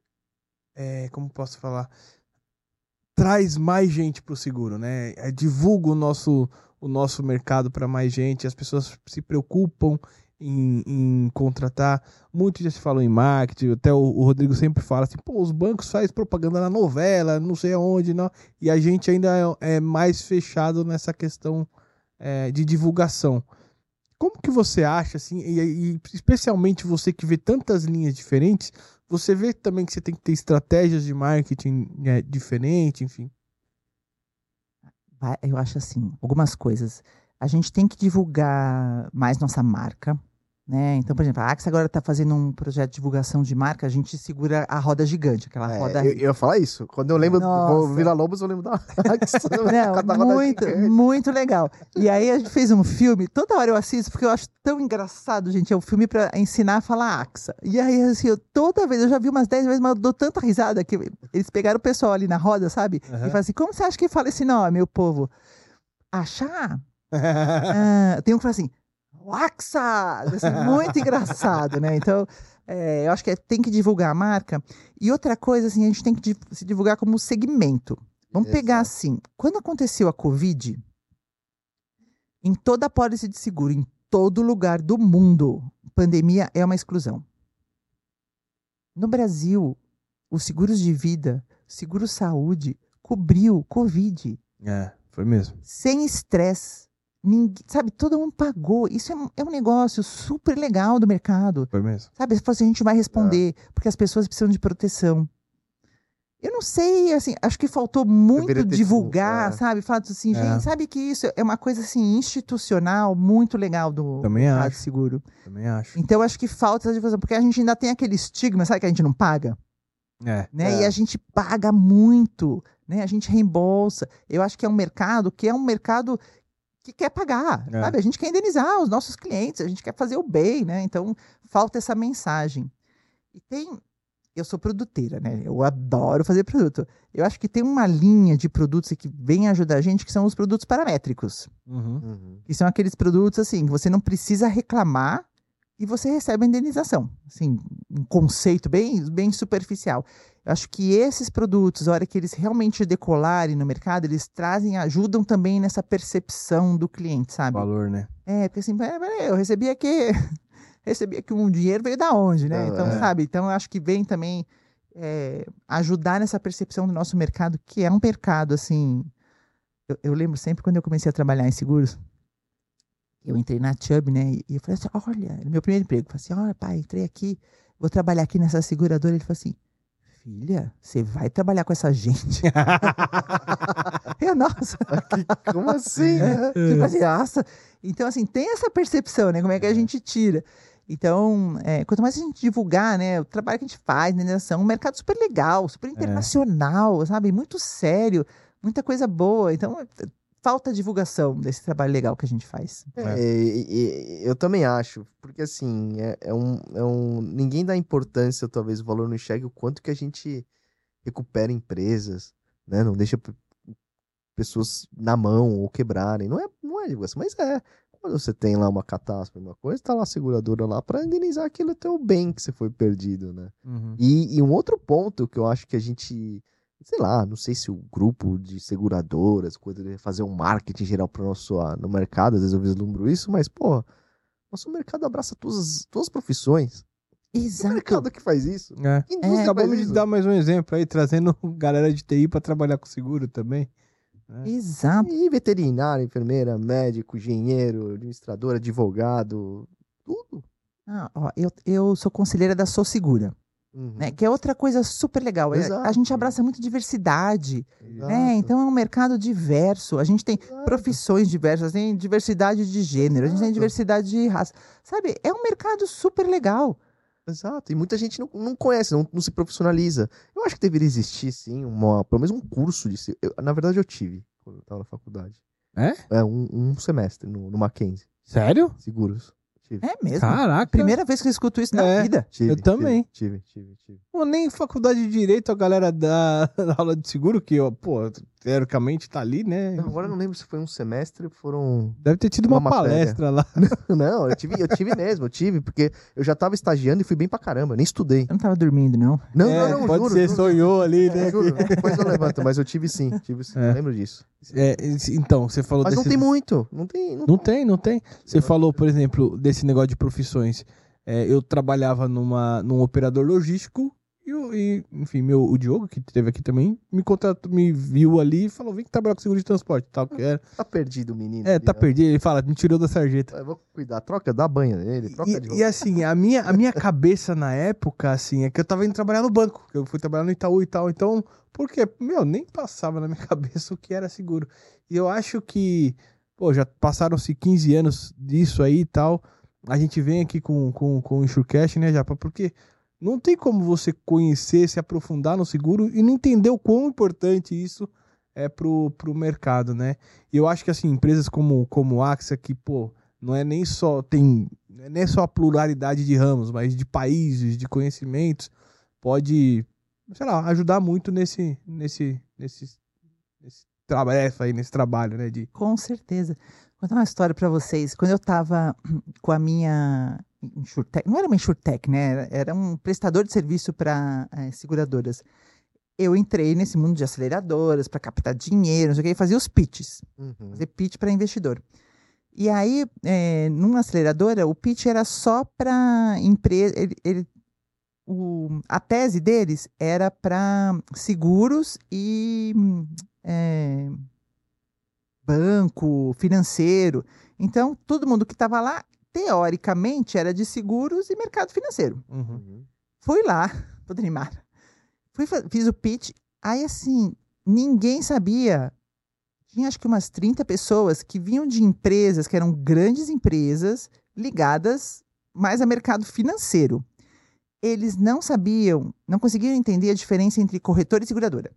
é, como posso falar, traz mais gente para o seguro, né? É, divulga o nosso, o nosso mercado para mais gente, as pessoas se preocupam em, em contratar. Muito já se falou em marketing, até o, o Rodrigo sempre fala assim, pô, os bancos fazem propaganda na novela, não sei aonde, não. E a gente ainda é, é mais fechado nessa questão é, de divulgação. Como que você acha, assim, e, e especialmente você que vê tantas linhas diferentes, você vê também que você tem que ter estratégias de marketing é, diferentes, enfim? Vai- Eu acho assim, algumas coisas. A gente tem que divulgar mais nossa marca, né? Então, por exemplo, a Axe agora está fazendo um projeto de divulgação de marca, a gente segura a roda gigante, aquela É, roda... eu, eu ia falar isso. Quando eu lembro do Nossa. Vila Lobos, eu lembro da Não, da roda muito, gigante. muito legal. E aí a gente fez um filme, toda hora eu assisto, porque eu acho tão engraçado, gente. É um filme pra ensinar a falar AXA. E aí, assim, eu, toda vez, eu já vi umas dez vezes, mas eu dou tanta risada que eles pegaram o pessoal ali na roda, sabe? Aham. E falaram assim, como você acha que fala esse nome, meu povo? Achar? Ah, tem um que fala assim, AXA! Assim, muito engraçado, né? Então, é, eu acho que é- tem que divulgar a marca. E outra coisa, assim, a gente tem que di- se divulgar como segmento. Vamos pegar Exato. assim, quando aconteceu a Covid, em toda a pólice de seguro, em todo lugar do mundo, pandemia é uma exclusão. No Brasil, os seguros de vida, seguro saúde, cobriu Covid, É, foi mesmo. sem estresse. Ninguém, sabe, todo mundo pagou. Isso é, um- é um negócio super legal do mercado. Foi mesmo. Sabe, você fala assim, a gente vai responder, porque as pessoas precisam de proteção. Eu não sei, assim, acho que faltou muito Deveria ter divulgar, divulgado, é. sabe? Falar assim, É. gente, sabe que isso é uma coisa, assim, institucional muito legal do Também mercado acho. seguro. Também acho. Então, acho que falta essa difusão, porque a gente ainda tem aquele estigma, sabe, que a gente não paga? É. Né? É. E a gente paga muito, né? A gente reembolsa. Eu acho que é um mercado que é um mercado que quer pagar, É. sabe? A gente quer indenizar os nossos clientes, a gente quer fazer o bem, né? Então, falta essa mensagem. E tem... Eu sou produteira, né? Eu adoro fazer produto. Eu acho que tem uma linha de produtos que vem ajudar a gente, que são os produtos paramétricos. Uhum. Uhum. Que são aqueles produtos, assim, que você não precisa reclamar e você recebe a indenização. Assim, um conceito bem, bem superficial. Eu acho que esses produtos, a hora que eles realmente decolarem no mercado, eles trazem, ajudam também nessa percepção do cliente, sabe? Valor, né? É, porque assim, peraí, peraí, eu recebi aqui, recebi aqui um dinheiro, veio da onde, né? Não, Então, é. sabe? Então, eu acho que vem também é, ajudar nessa percepção do nosso mercado, que é um mercado, assim... Eu, eu lembro sempre quando eu comecei a trabalhar em seguros, eu entrei na Chubb, né? E eu falei assim, olha, era meu primeiro emprego. Eu falei assim, olha, pai, entrei aqui, vou trabalhar aqui nessa seguradora. Ele falou assim, filha, você vai trabalhar com essa gente? Eu, nossa, Como assim? é, tipo assim, nossa. Então, assim, tem essa percepção, né? Como é que a gente tira? Então, é, quanto mais a gente divulgar, né? O trabalho que a gente faz na indenização, um mercado super legal, super internacional, sabe? Muito sério, muita coisa boa. Então, falta divulgação desse trabalho legal que a gente faz. É, e- e- eu também acho, porque assim, é, é um, é um. Ninguém dá importância, talvez o valor não enxergue o quanto que a gente recupera empresas, né? Não deixa p- pessoas na mão ou quebrarem. Não é, não é divulgação, mas é. Quando você tem lá uma catástrofe, uma coisa, tá lá a seguradora lá pra indenizar aquele teu bem que você foi perdido, né? Uhum. E, e um outro ponto que eu acho que a gente, sei lá, não sei se o grupo de seguradoras, coisa de fazer um marketing geral para o nosso ah, no mercado, às vezes eu vislumbro isso, mas, pô, nosso mercado abraça todas, as- todas as profissões. Que Exato. mercado que faz isso? É. Que indústria Acabamos faz de isso? dar mais um exemplo aí, trazendo galera de T I para trabalhar com seguro também. Exato. E veterinário, enfermeira, médico, engenheiro, administrador, advogado, tudo. Ah, ó, eu, eu sou conselheira da Sou Segura, Uhum. né? Que é outra coisa super legal. É, Exato. a gente abraça muito diversidade, Exato. né? Então é um mercado diverso. A gente tem Exato. profissões diversas, tem diversidade de gênero, a gente tem Exato. diversidade de raça. Sabe? É um mercado super legal. Exato, e muita gente não, não conhece, não, não se profissionaliza. Eu acho que deveria existir, sim, uma, pelo menos um curso de... se- eu- na verdade, eu tive, quando eu estava na faculdade. É? É, um, um semestre no, no Mackenzie, Sério? seguros. Tive. É mesmo. Caraca. Primeira vez que eu escuto isso na É. vida. Tive, eu também. Tive, tive, tive. tive. Pô, nem em faculdade de Direito a galera da, da aula de seguro, que, ó, pô, teoricamente tá ali, né? Não, agora eu não lembro se foi um semestre ou foram... Deve ter tido uma, Uma matéria. palestra lá. Não, eu tive, eu tive mesmo, eu tive, porque eu já tava estagiando e fui bem pra caramba, eu nem estudei. Eu não tava dormindo, não. Não, É, não, não, pode juro, ser, juro. sonhou ali, né? É, juro, depois eu levanto, mas eu tive sim, tive sim, É. eu lembro disso. É, então, você falou Mas não desse... tem muito, não tem... Não, Não tem, não tem. Você falou, por exemplo, desse negócio de profissões. É, eu trabalhava numa, num operador logístico e, o- e, enfim, meu, o Diogo, que esteve aqui também, me contratou, me viu ali e falou, vem que trabalhar com seguro de transporte. Tal, que era. Tá perdido o menino. É, ali, tá ó. perdido. Ele fala, me tirou da sarjeta. Eu vou cuidar, troca, dá banho nele, troca de E, roupa. e assim, a minha, a minha cabeça na época, assim, é que eu tava indo trabalhar no banco. Que eu fui trabalhar no Itaú e tal. Então, por quê? Meu, nem passava na minha cabeça o que era seguro. E eu acho que, pô, já passaram-se quinze anos disso aí e tal. A gente vem aqui com, com, com o InsureCast, né, Japa? Porque não tem como você conhecer, se aprofundar no seguro e não entender o quão importante isso é pro, pro mercado, né? E eu acho que, assim, empresas como, como a AXA, que, pô, não é nem só, tem, não é nem só a pluralidade de ramos, mas de países, de conhecimentos, pode, sei lá, ajudar muito nesse, nesse, nesse, nesse trabalho aí, nesse trabalho, né? De... Com certeza. Vou contar uma história para vocês. Quando eu estava com a minha InsurTech, não era uma InsurTech, né? Era, era um prestador de serviço para é, seguradoras. Eu entrei nesse mundo de aceleradoras para captar dinheiro, não sei o que, e fazia os pitches. Uhum. Fazer pitch para investidor. E aí, é, numa aceleradora, o pitch era só para empresa. Ele, ele, o, a tese deles era para seguros e é, banco, financeiro. Então, todo mundo que estava lá, teoricamente, era de seguros e mercado financeiro. Uhum. Uhum. Fui lá, tô animada. Fui, fa- fiz o pitch Aí, assim, ninguém sabia. Tinha acho que umas trinta pessoas que vinham de empresas que eram grandes empresas ligadas mais a mercado financeiro. Eles não sabiam, não conseguiam entender a diferença entre corretora e seguradora.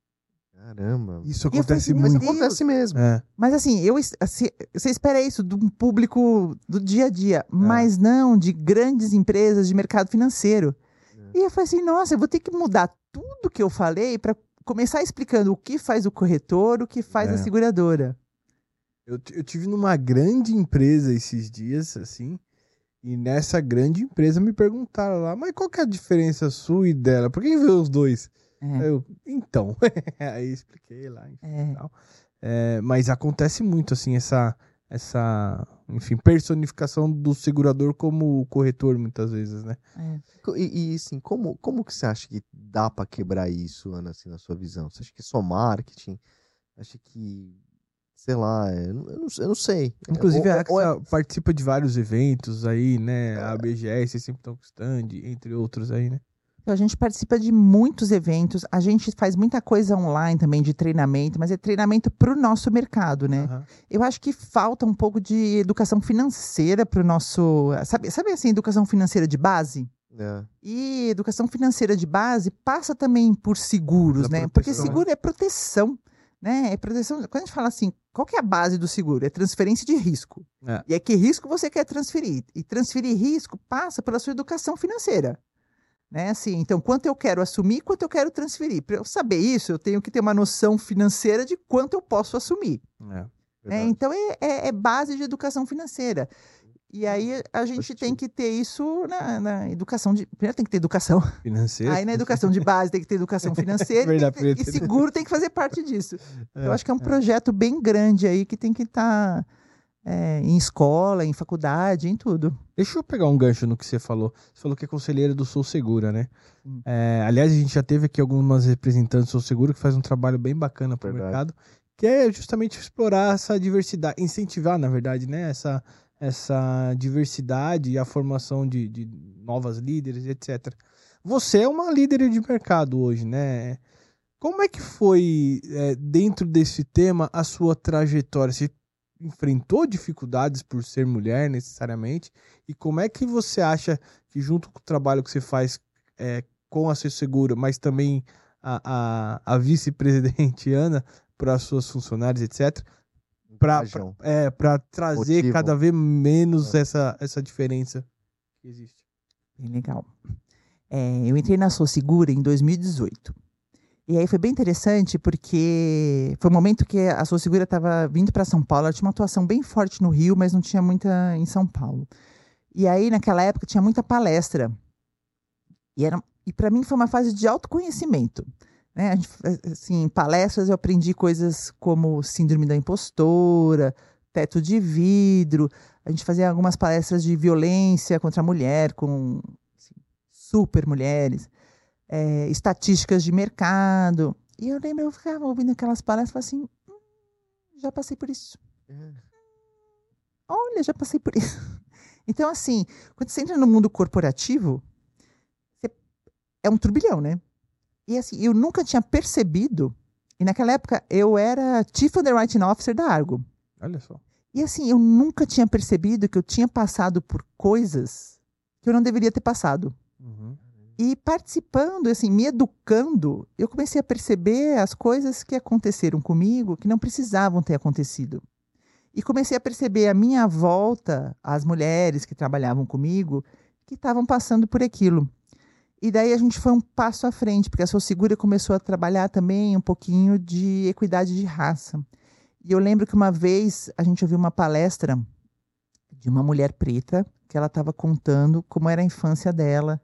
Caramba. Isso E eu falei acontece assim, meu Mas muito. Deus. acontece mesmo. É. Mas assim, eu, assim, você espera isso de um público do dia a dia, mas não de grandes empresas de mercado financeiro. É. E eu falei assim, nossa, eu vou ter que mudar tudo que eu falei para começar explicando o que faz o corretor, o que faz É. a seguradora. Eu, t- eu tive numa grande empresa esses dias, assim, e nessa grande empresa me perguntaram lá, mas qual que é a diferença sua e dela? Por que vê os dois? Aí É, eu, então, aí eu expliquei lá, enfim, é. tal. É, mas acontece muito, assim, essa, essa, enfim, personificação do segurador como o corretor, muitas vezes, né? é. E, e, assim, como, como que você acha que dá pra quebrar isso, Ana, assim, na sua visão? Você acha que é só marketing? Acha que, sei lá, é, eu, não, eu não eu não sei. Inclusive, Ou- a ou- ou é- Axa participa de vários eventos aí, né? A B G S sempre estão com stand, entre outros aí, né? Então, a gente participa de muitos eventos, a gente faz muita coisa online também de treinamento, mas é treinamento para o nosso mercado, né? Aham. Eu acho que falta um pouco de educação financeira para o nosso. Sabe, sabe assim, educação financeira de base? é, E educação financeira de base passa também por seguros, Pela né? Porque proteção. seguro é proteção, né? É proteção. Quando a gente fala assim, qual que é a base do seguro? É transferência de risco. É. E é que risco você quer transferir? E transferir risco passa pela sua educação financeira. Né? Assim, então, quanto eu quero assumir, quanto eu quero transferir. Para eu saber isso, eu tenho que ter uma noção financeira de quanto eu posso assumir. É. Né? verdade. Então, é, é- é base de educação financeira. E aí, a gente Positivo. tem que ter isso na, na educação de... Primeiro tem que ter educação. Financeiro. Aí, na educação de base, tem que ter educação financeira. Verdade, tem que ter- e primeiro. seguro tem que fazer parte disso. É, Eu acho que é um projeto bem grande aí, que tem que estar em escola, em faculdade, em tudo. Deixa eu pegar um gancho no que você falou. Você falou que é conselheira do Sou Segura, né? Hum. É, aliás, a gente já teve aqui algumas representantes do Sou Segura que fazem um trabalho bem bacana para o Verdade. mercado, que é justamente explorar essa diversidade, incentivar, na verdade, né? Essa, essa diversidade e a formação de, de novas líderes, etcétera. Você é uma líder de mercado hoje, né? Como é que foi, é, dentro desse tema, a sua trajetória? Você enfrentou dificuldades por ser mulher, necessariamente? E como é que você acha que, junto com o trabalho que você faz é, com a Sou Segura, mas também a, a, a vice-presidente Ana, para as suas funcionárias, etcétera, para Engajam. é, para trazer Motivam. cada vez menos É. essa, essa diferença que existe? Bem legal. É, eu entrei na Sou Segura em dois mil e dezoito. E aí foi bem interessante porque foi um momento que a Sou Segura estava vindo para São Paulo. Ela tinha uma atuação bem forte no Rio, mas não tinha muita em São Paulo. E aí, naquela época, tinha muita palestra. E, era, e para mim foi uma fase de autoconhecimento. Né? A gente, assim, em palestras eu aprendi coisas como síndrome da impostora, teto de vidro. A gente fazia algumas palestras de violência contra a mulher, com assim, super mulheres. É, estatísticas de mercado. E eu lembro, eu ficava ouvindo aquelas palestras e falava assim, hum, já passei por isso. É. Olha, já passei por isso. Então, assim, quando você entra no mundo corporativo, você- é um turbilhão, né? E assim, eu nunca tinha percebido, e naquela época eu era Chief Underwriting Officer da Argo. Olha só. E assim, eu nunca tinha percebido que eu tinha passado por coisas que eu não deveria ter passado. Uhum. E participando, assim, me educando, eu comecei a perceber as coisas que aconteceram comigo que não precisavam ter acontecido. E comecei a perceber à minha volta as mulheres que trabalhavam comigo que estavam passando por aquilo. E daí a gente foi um passo à frente, porque a Sou Segura começou a trabalhar também um pouquinho de equidade de raça. E eu lembro que uma vez a gente ouviu uma palestra de uma mulher preta que ela estava contando como era a infância dela.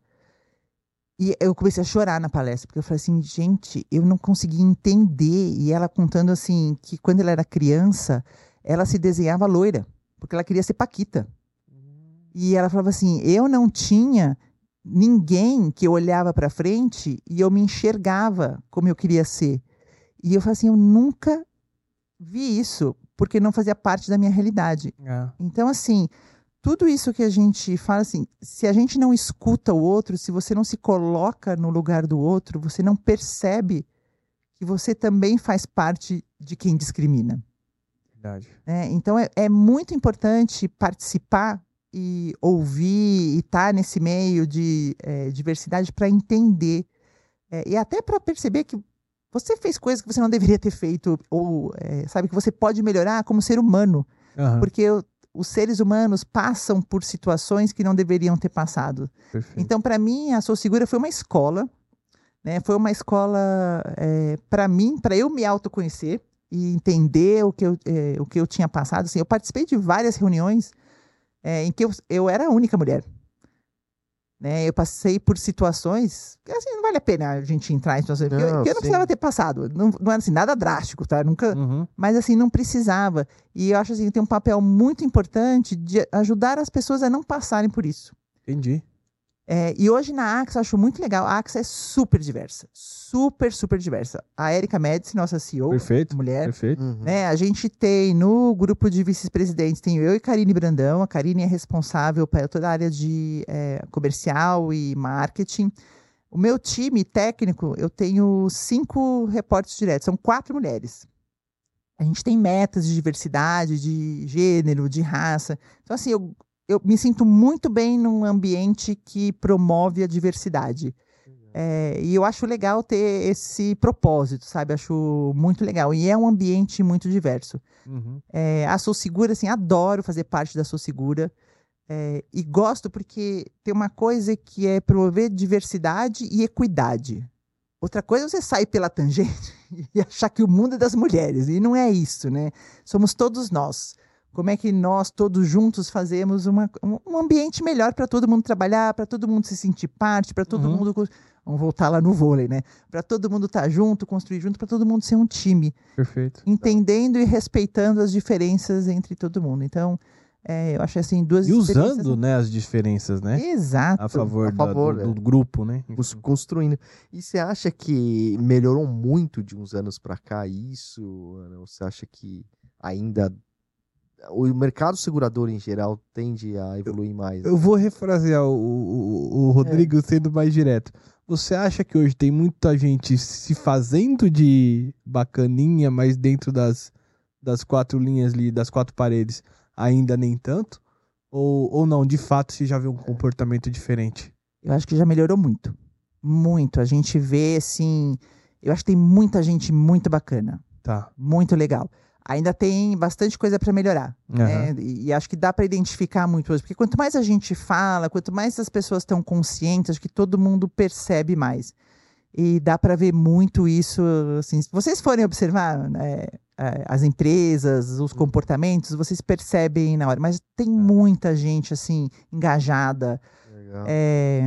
E eu comecei a chorar na palestra, porque eu falei assim, gente, eu não consegui entender. E ela contando assim, que quando ela era criança, ela se desenhava loira, porque ela queria ser paquita. E ela falava assim, eu não tinha ninguém que eu olhava para frente e eu me enxergava como eu queria ser. E eu falei assim, eu nunca vi isso, porque não fazia parte da minha realidade. É. Então, assim, tudo isso que a gente fala, assim, se a gente não escuta o outro, se você não se coloca no lugar do outro, você não percebe que você também faz parte de quem discrimina. Verdade. É, então, é, é muito importante participar e ouvir e estar nesse meio de é, diversidade para entender é, e até para perceber que você fez coisas que você não deveria ter feito ou é, sabe que você pode melhorar como ser humano, Aham, porque o- os seres humanos passam por situações que não deveriam ter passado. perfeito. Então, para mim, a Sou Segura foi uma escola, né? Foi uma escola para mim, para eu me autoconhecer e entender o que eu, eh, o que eu tinha passado. Assim, eu participei de várias reuniões eh, em que eu, eu era a única mulher. Né? Eu passei por situações que assim, não vale a pena a gente entrar em situações, porque eu, Não, que eu não sim. precisava ter passado. Não, não era assim, nada drástico, tá? Nunca, Uhum, mas assim, não precisava. E eu acho assim, que tem um papel muito importante de ajudar as pessoas a não passarem por isso. entendi. É, e hoje na Axa eu acho muito legal. A Axa é super diversa. Super, super diversa. A Erika Médici, nossa C E O, Perfeito. mulher. Perfeito. Uhum. Né, a gente tem no grupo de vice-presidentes, tenho eu e Karine Brandão. A Karine é responsável por toda a área de é, comercial e marketing. O meu time técnico, eu tenho cinco reportes diretos. São quatro mulheres. A gente tem metas de diversidade, de gênero, de raça. Então, assim, eu, eu me sinto muito bem num ambiente que promove a diversidade. É, e eu acho legal ter esse propósito, sabe? Acho muito legal. E é um ambiente muito diverso. Uhum, É, a Sou Segura, assim, adoro fazer parte da Sou Segura. É, e gosto porque tem uma coisa que é promover diversidade e equidade. Outra coisa é você sair pela tangente e achar que o mundo é das mulheres. E não é isso, né? Somos todos nós. Como é que nós, todos juntos, fazemos uma, um, um ambiente melhor para todo mundo trabalhar, para todo mundo se sentir parte, para todo Uhum. mundo. co- Vamos voltar lá no vôlei, né? Para todo mundo estar junto, construir junto, para todo mundo ser um time, perfeito. entendendo e respeitando as diferenças entre todo mundo. Então, é, eu acho assim, duas E experiências- usando, né, as diferenças, né? Exato. A favor, A da- favor, do, é. do grupo, né? Cons- construindo. E você acha que melhorou muito de uns anos pra cá isso, Ana? Ou você acha que ainda o mercado segurador em geral tende a evoluir mais? Eu vou refrasear o, o, o Rodrigo sendo mais direto. Você acha que hoje tem muita gente se fazendo de bacaninha, mas dentro das, das quatro linhas ali, das quatro paredes, ainda nem tanto? Ou, ou não, de fato, você já vê um comportamento diferente? Eu acho que já melhorou muito. Muito. A gente vê, assim. Eu acho que tem muita gente muito bacana. Tá. Muito legal. Ainda tem bastante coisa para melhorar. Né? Aham. E, e acho que dá para identificar muito hoje. Porque quanto mais a gente fala, quanto mais as pessoas estão conscientes, acho que todo mundo percebe mais. E dá para ver muito isso. Assim, se vocês forem observar né, eh, as empresas, os comportamentos, vocês percebem na hora. Mas tem muita gente assim engajada. Legal. É,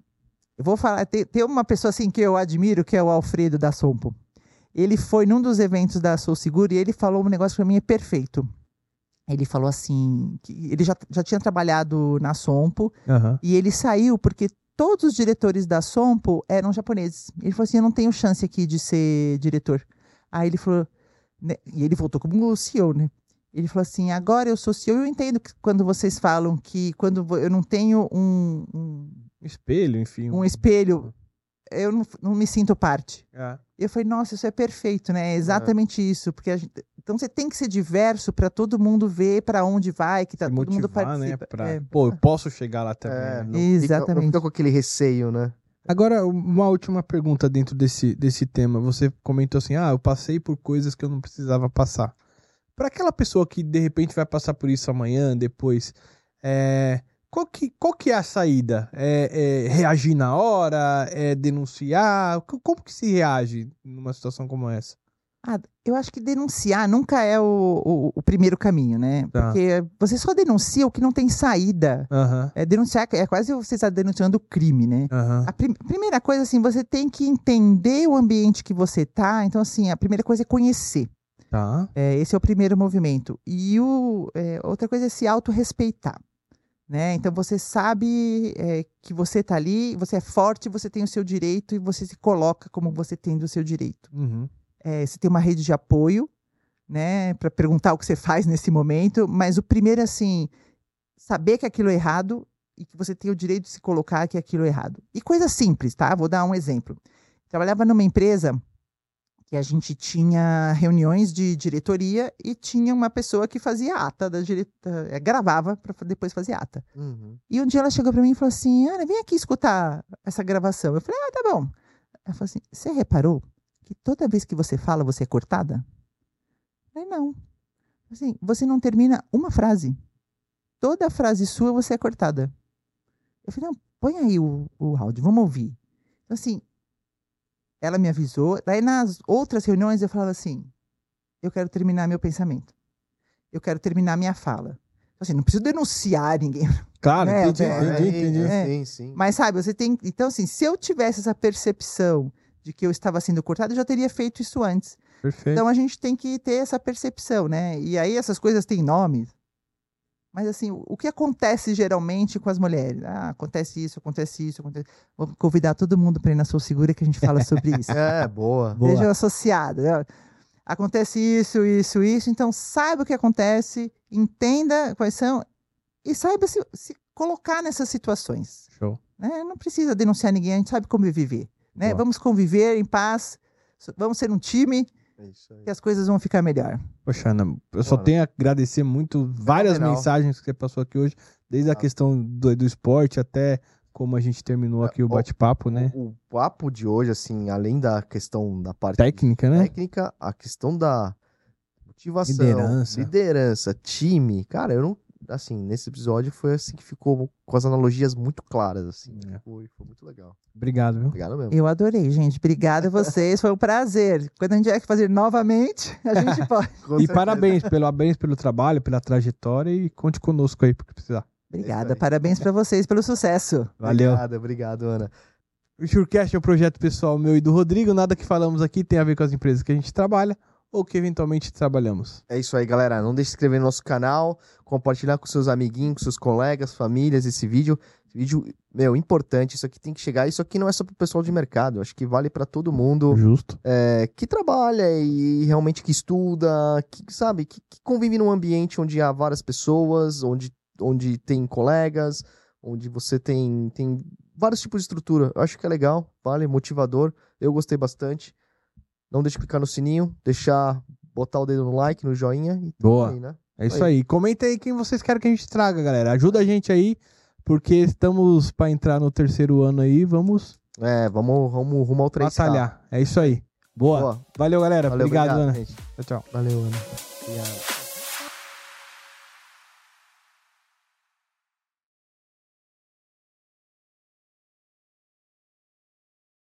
eu vou falar, tem, tem uma pessoa assim que eu admiro, que é o Alfredo da Sompo. Ele foi num dos eventos da Sou Seguro e ele falou um negócio que pra mim é perfeito. Ele falou assim, que ele já, já tinha trabalhado na Sompo Aham. e ele saiu porque todos os diretores da Sompo eram japoneses. Ele falou assim, eu não tenho chance aqui de ser diretor. Aí ele falou, né, e ele voltou como C E O, né? Ele falou assim, agora eu sou C E O e eu entendo que quando vocês falam que quando vo- eu não tenho um, um, Espelho, enfim. um espelho, eu não, não me sinto parte. É. Eu falei, nossa, isso é perfeito, né? É exatamente isso. Porque a gente- então você tem que ser diverso para todo mundo ver para onde vai, que tá, Se todo mundo motivar, né? participa. Pra, É. Pô, eu posso chegar lá também. É, né? não fica, não Exatamente. fica com aquele receio, né? Agora, uma última pergunta dentro desse, desse tema. Você comentou assim, ah, eu passei por coisas que eu não precisava passar. Para aquela pessoa que, de repente, vai passar por isso amanhã, depois, é, qual, que, qual que é a saída? É, é reagir na hora? É denunciar? Co- Como que se reage numa situação como essa? Ah, eu acho que denunciar nunca é o, o, o primeiro caminho, né? Tá. Porque você só denuncia o que não tem saída. Aham, É, denunciar é quase você estar denunciando o crime, né? aham, A prim- primeira coisa, assim, você tem que entender o ambiente que você tá. Então, assim, a primeira coisa é conhecer. tá. É, esse é o primeiro movimento. E o, é, outra coisa é se autorrespeitar. Né? Então você sabe é, que você está ali, você é forte, você tem o seu direito e você se coloca como você tem o seu direito. Uhum. É, você tem uma rede de apoio, né, para perguntar o que você faz nesse momento, mas o primeiro é assim, saber que aquilo é errado e que você tem o direito de se colocar que aquilo é errado. E coisa simples, tá? Vou dar um exemplo. Trabalhava numa empresa que a gente tinha reuniões de diretoria e tinha uma pessoa que fazia ata da diretoria, gravava para depois fazer ata. Uhum. E um dia ela chegou para mim e falou assim, Ana, vem aqui escutar essa gravação. Eu falei, ah, tá bom. Ela falou assim, você reparou que toda vez que você fala, você é cortada? Eu falei, não. Assim, você não termina uma frase. Toda frase sua, você é cortada. Eu falei, não, põe aí o, o áudio, vamos ouvir. Então, assim, ela me avisou. Daí, nas outras reuniões, eu falava assim, eu quero terminar meu pensamento. Eu quero terminar minha fala. Assim, não preciso denunciar ninguém. Claro, É, entendi, é, entendi, é, entendi. é. Sim, sim. Mas, sabe, você tem... Então, assim, se eu tivesse essa percepção de que eu estava sendo cortado, eu já teria feito isso antes. Perfeito. Então, a gente tem que ter essa percepção, né? E aí, essas coisas têm nome. Mas, assim, o, o que acontece geralmente com as mulheres? Ah, acontece isso, acontece isso, acontece... Vou convidar todo mundo para ir na Sou Segura que a gente fala sobre isso. É, boa. Boa. Sejam associados. Né? Acontece isso, isso, isso. Então, saiba o que acontece, entenda quais são e saiba se, se colocar nessas situações. Show. Né? Não precisa denunciar ninguém, a gente sabe como viver. Né? Boa. Vamos conviver em paz, vamos ser um time É isso aí. que as coisas vão ficar melhor. Poxa, Ana, eu só Bora. tenho a agradecer muito várias Fenomenal. mensagens que você passou aqui hoje, desde a Ah. questão do, do esporte até como a gente terminou aqui o ó, bate-papo, né? O, o papo de hoje, assim, além da questão da parte Técnica, né? técnica, a questão da motivação, Liderança. liderança, time. Cara, eu não. Assim, nesse episódio foi assim que ficou com as analogias muito claras, assim. É. Foi, foi muito legal. Obrigado, viu? Obrigado mesmo. Eu adorei, gente. Obrigada a vocês, foi um prazer. Quando a gente tiver que fazer novamente, a gente pode. Com E certeza. parabéns pelo, parabéns pelo trabalho, pela trajetória e conte conosco aí, porque precisar. Obrigada, aí. parabéns para vocês pelo sucesso. Valeu. Obrigado, obrigado, Ana. O SureCast é um projeto pessoal meu e do Rodrigo. Nada que falamos aqui tem a ver com as empresas que a gente trabalha ou que eventualmente trabalhamos. É isso aí, galera. Não deixe de se inscrever no nosso canal, compartilhar com seus amiguinhos, com seus colegas, famílias, esse vídeo. Esse vídeo, meu, importante. Isso aqui tem que chegar. Isso aqui não é só pro pessoal de mercado. Acho que vale para todo mundo Justo. é, que trabalha e realmente que estuda, que sabe, que, que convive num ambiente onde há várias pessoas, onde, onde tem colegas, onde você tem, tem vários tipos de estrutura. Eu acho que é legal, vale, motivador. Eu gostei bastante. Não deixe de clicar no sininho, deixar, botar o dedo no like, no joinha. E Boa. aí, né? É isso aí. Comenta aí quem vocês querem que a gente traga, galera. Ajuda a gente aí, porque estamos para entrar no terceiro ano aí. Vamos É, vamos, vamos rumo ao três K. batalhar. É isso aí. Boa. Boa. Valeu, galera. Valeu, obrigado, obrigado, Ana. gente. Tchau, tchau. Valeu, Ana. Obrigado.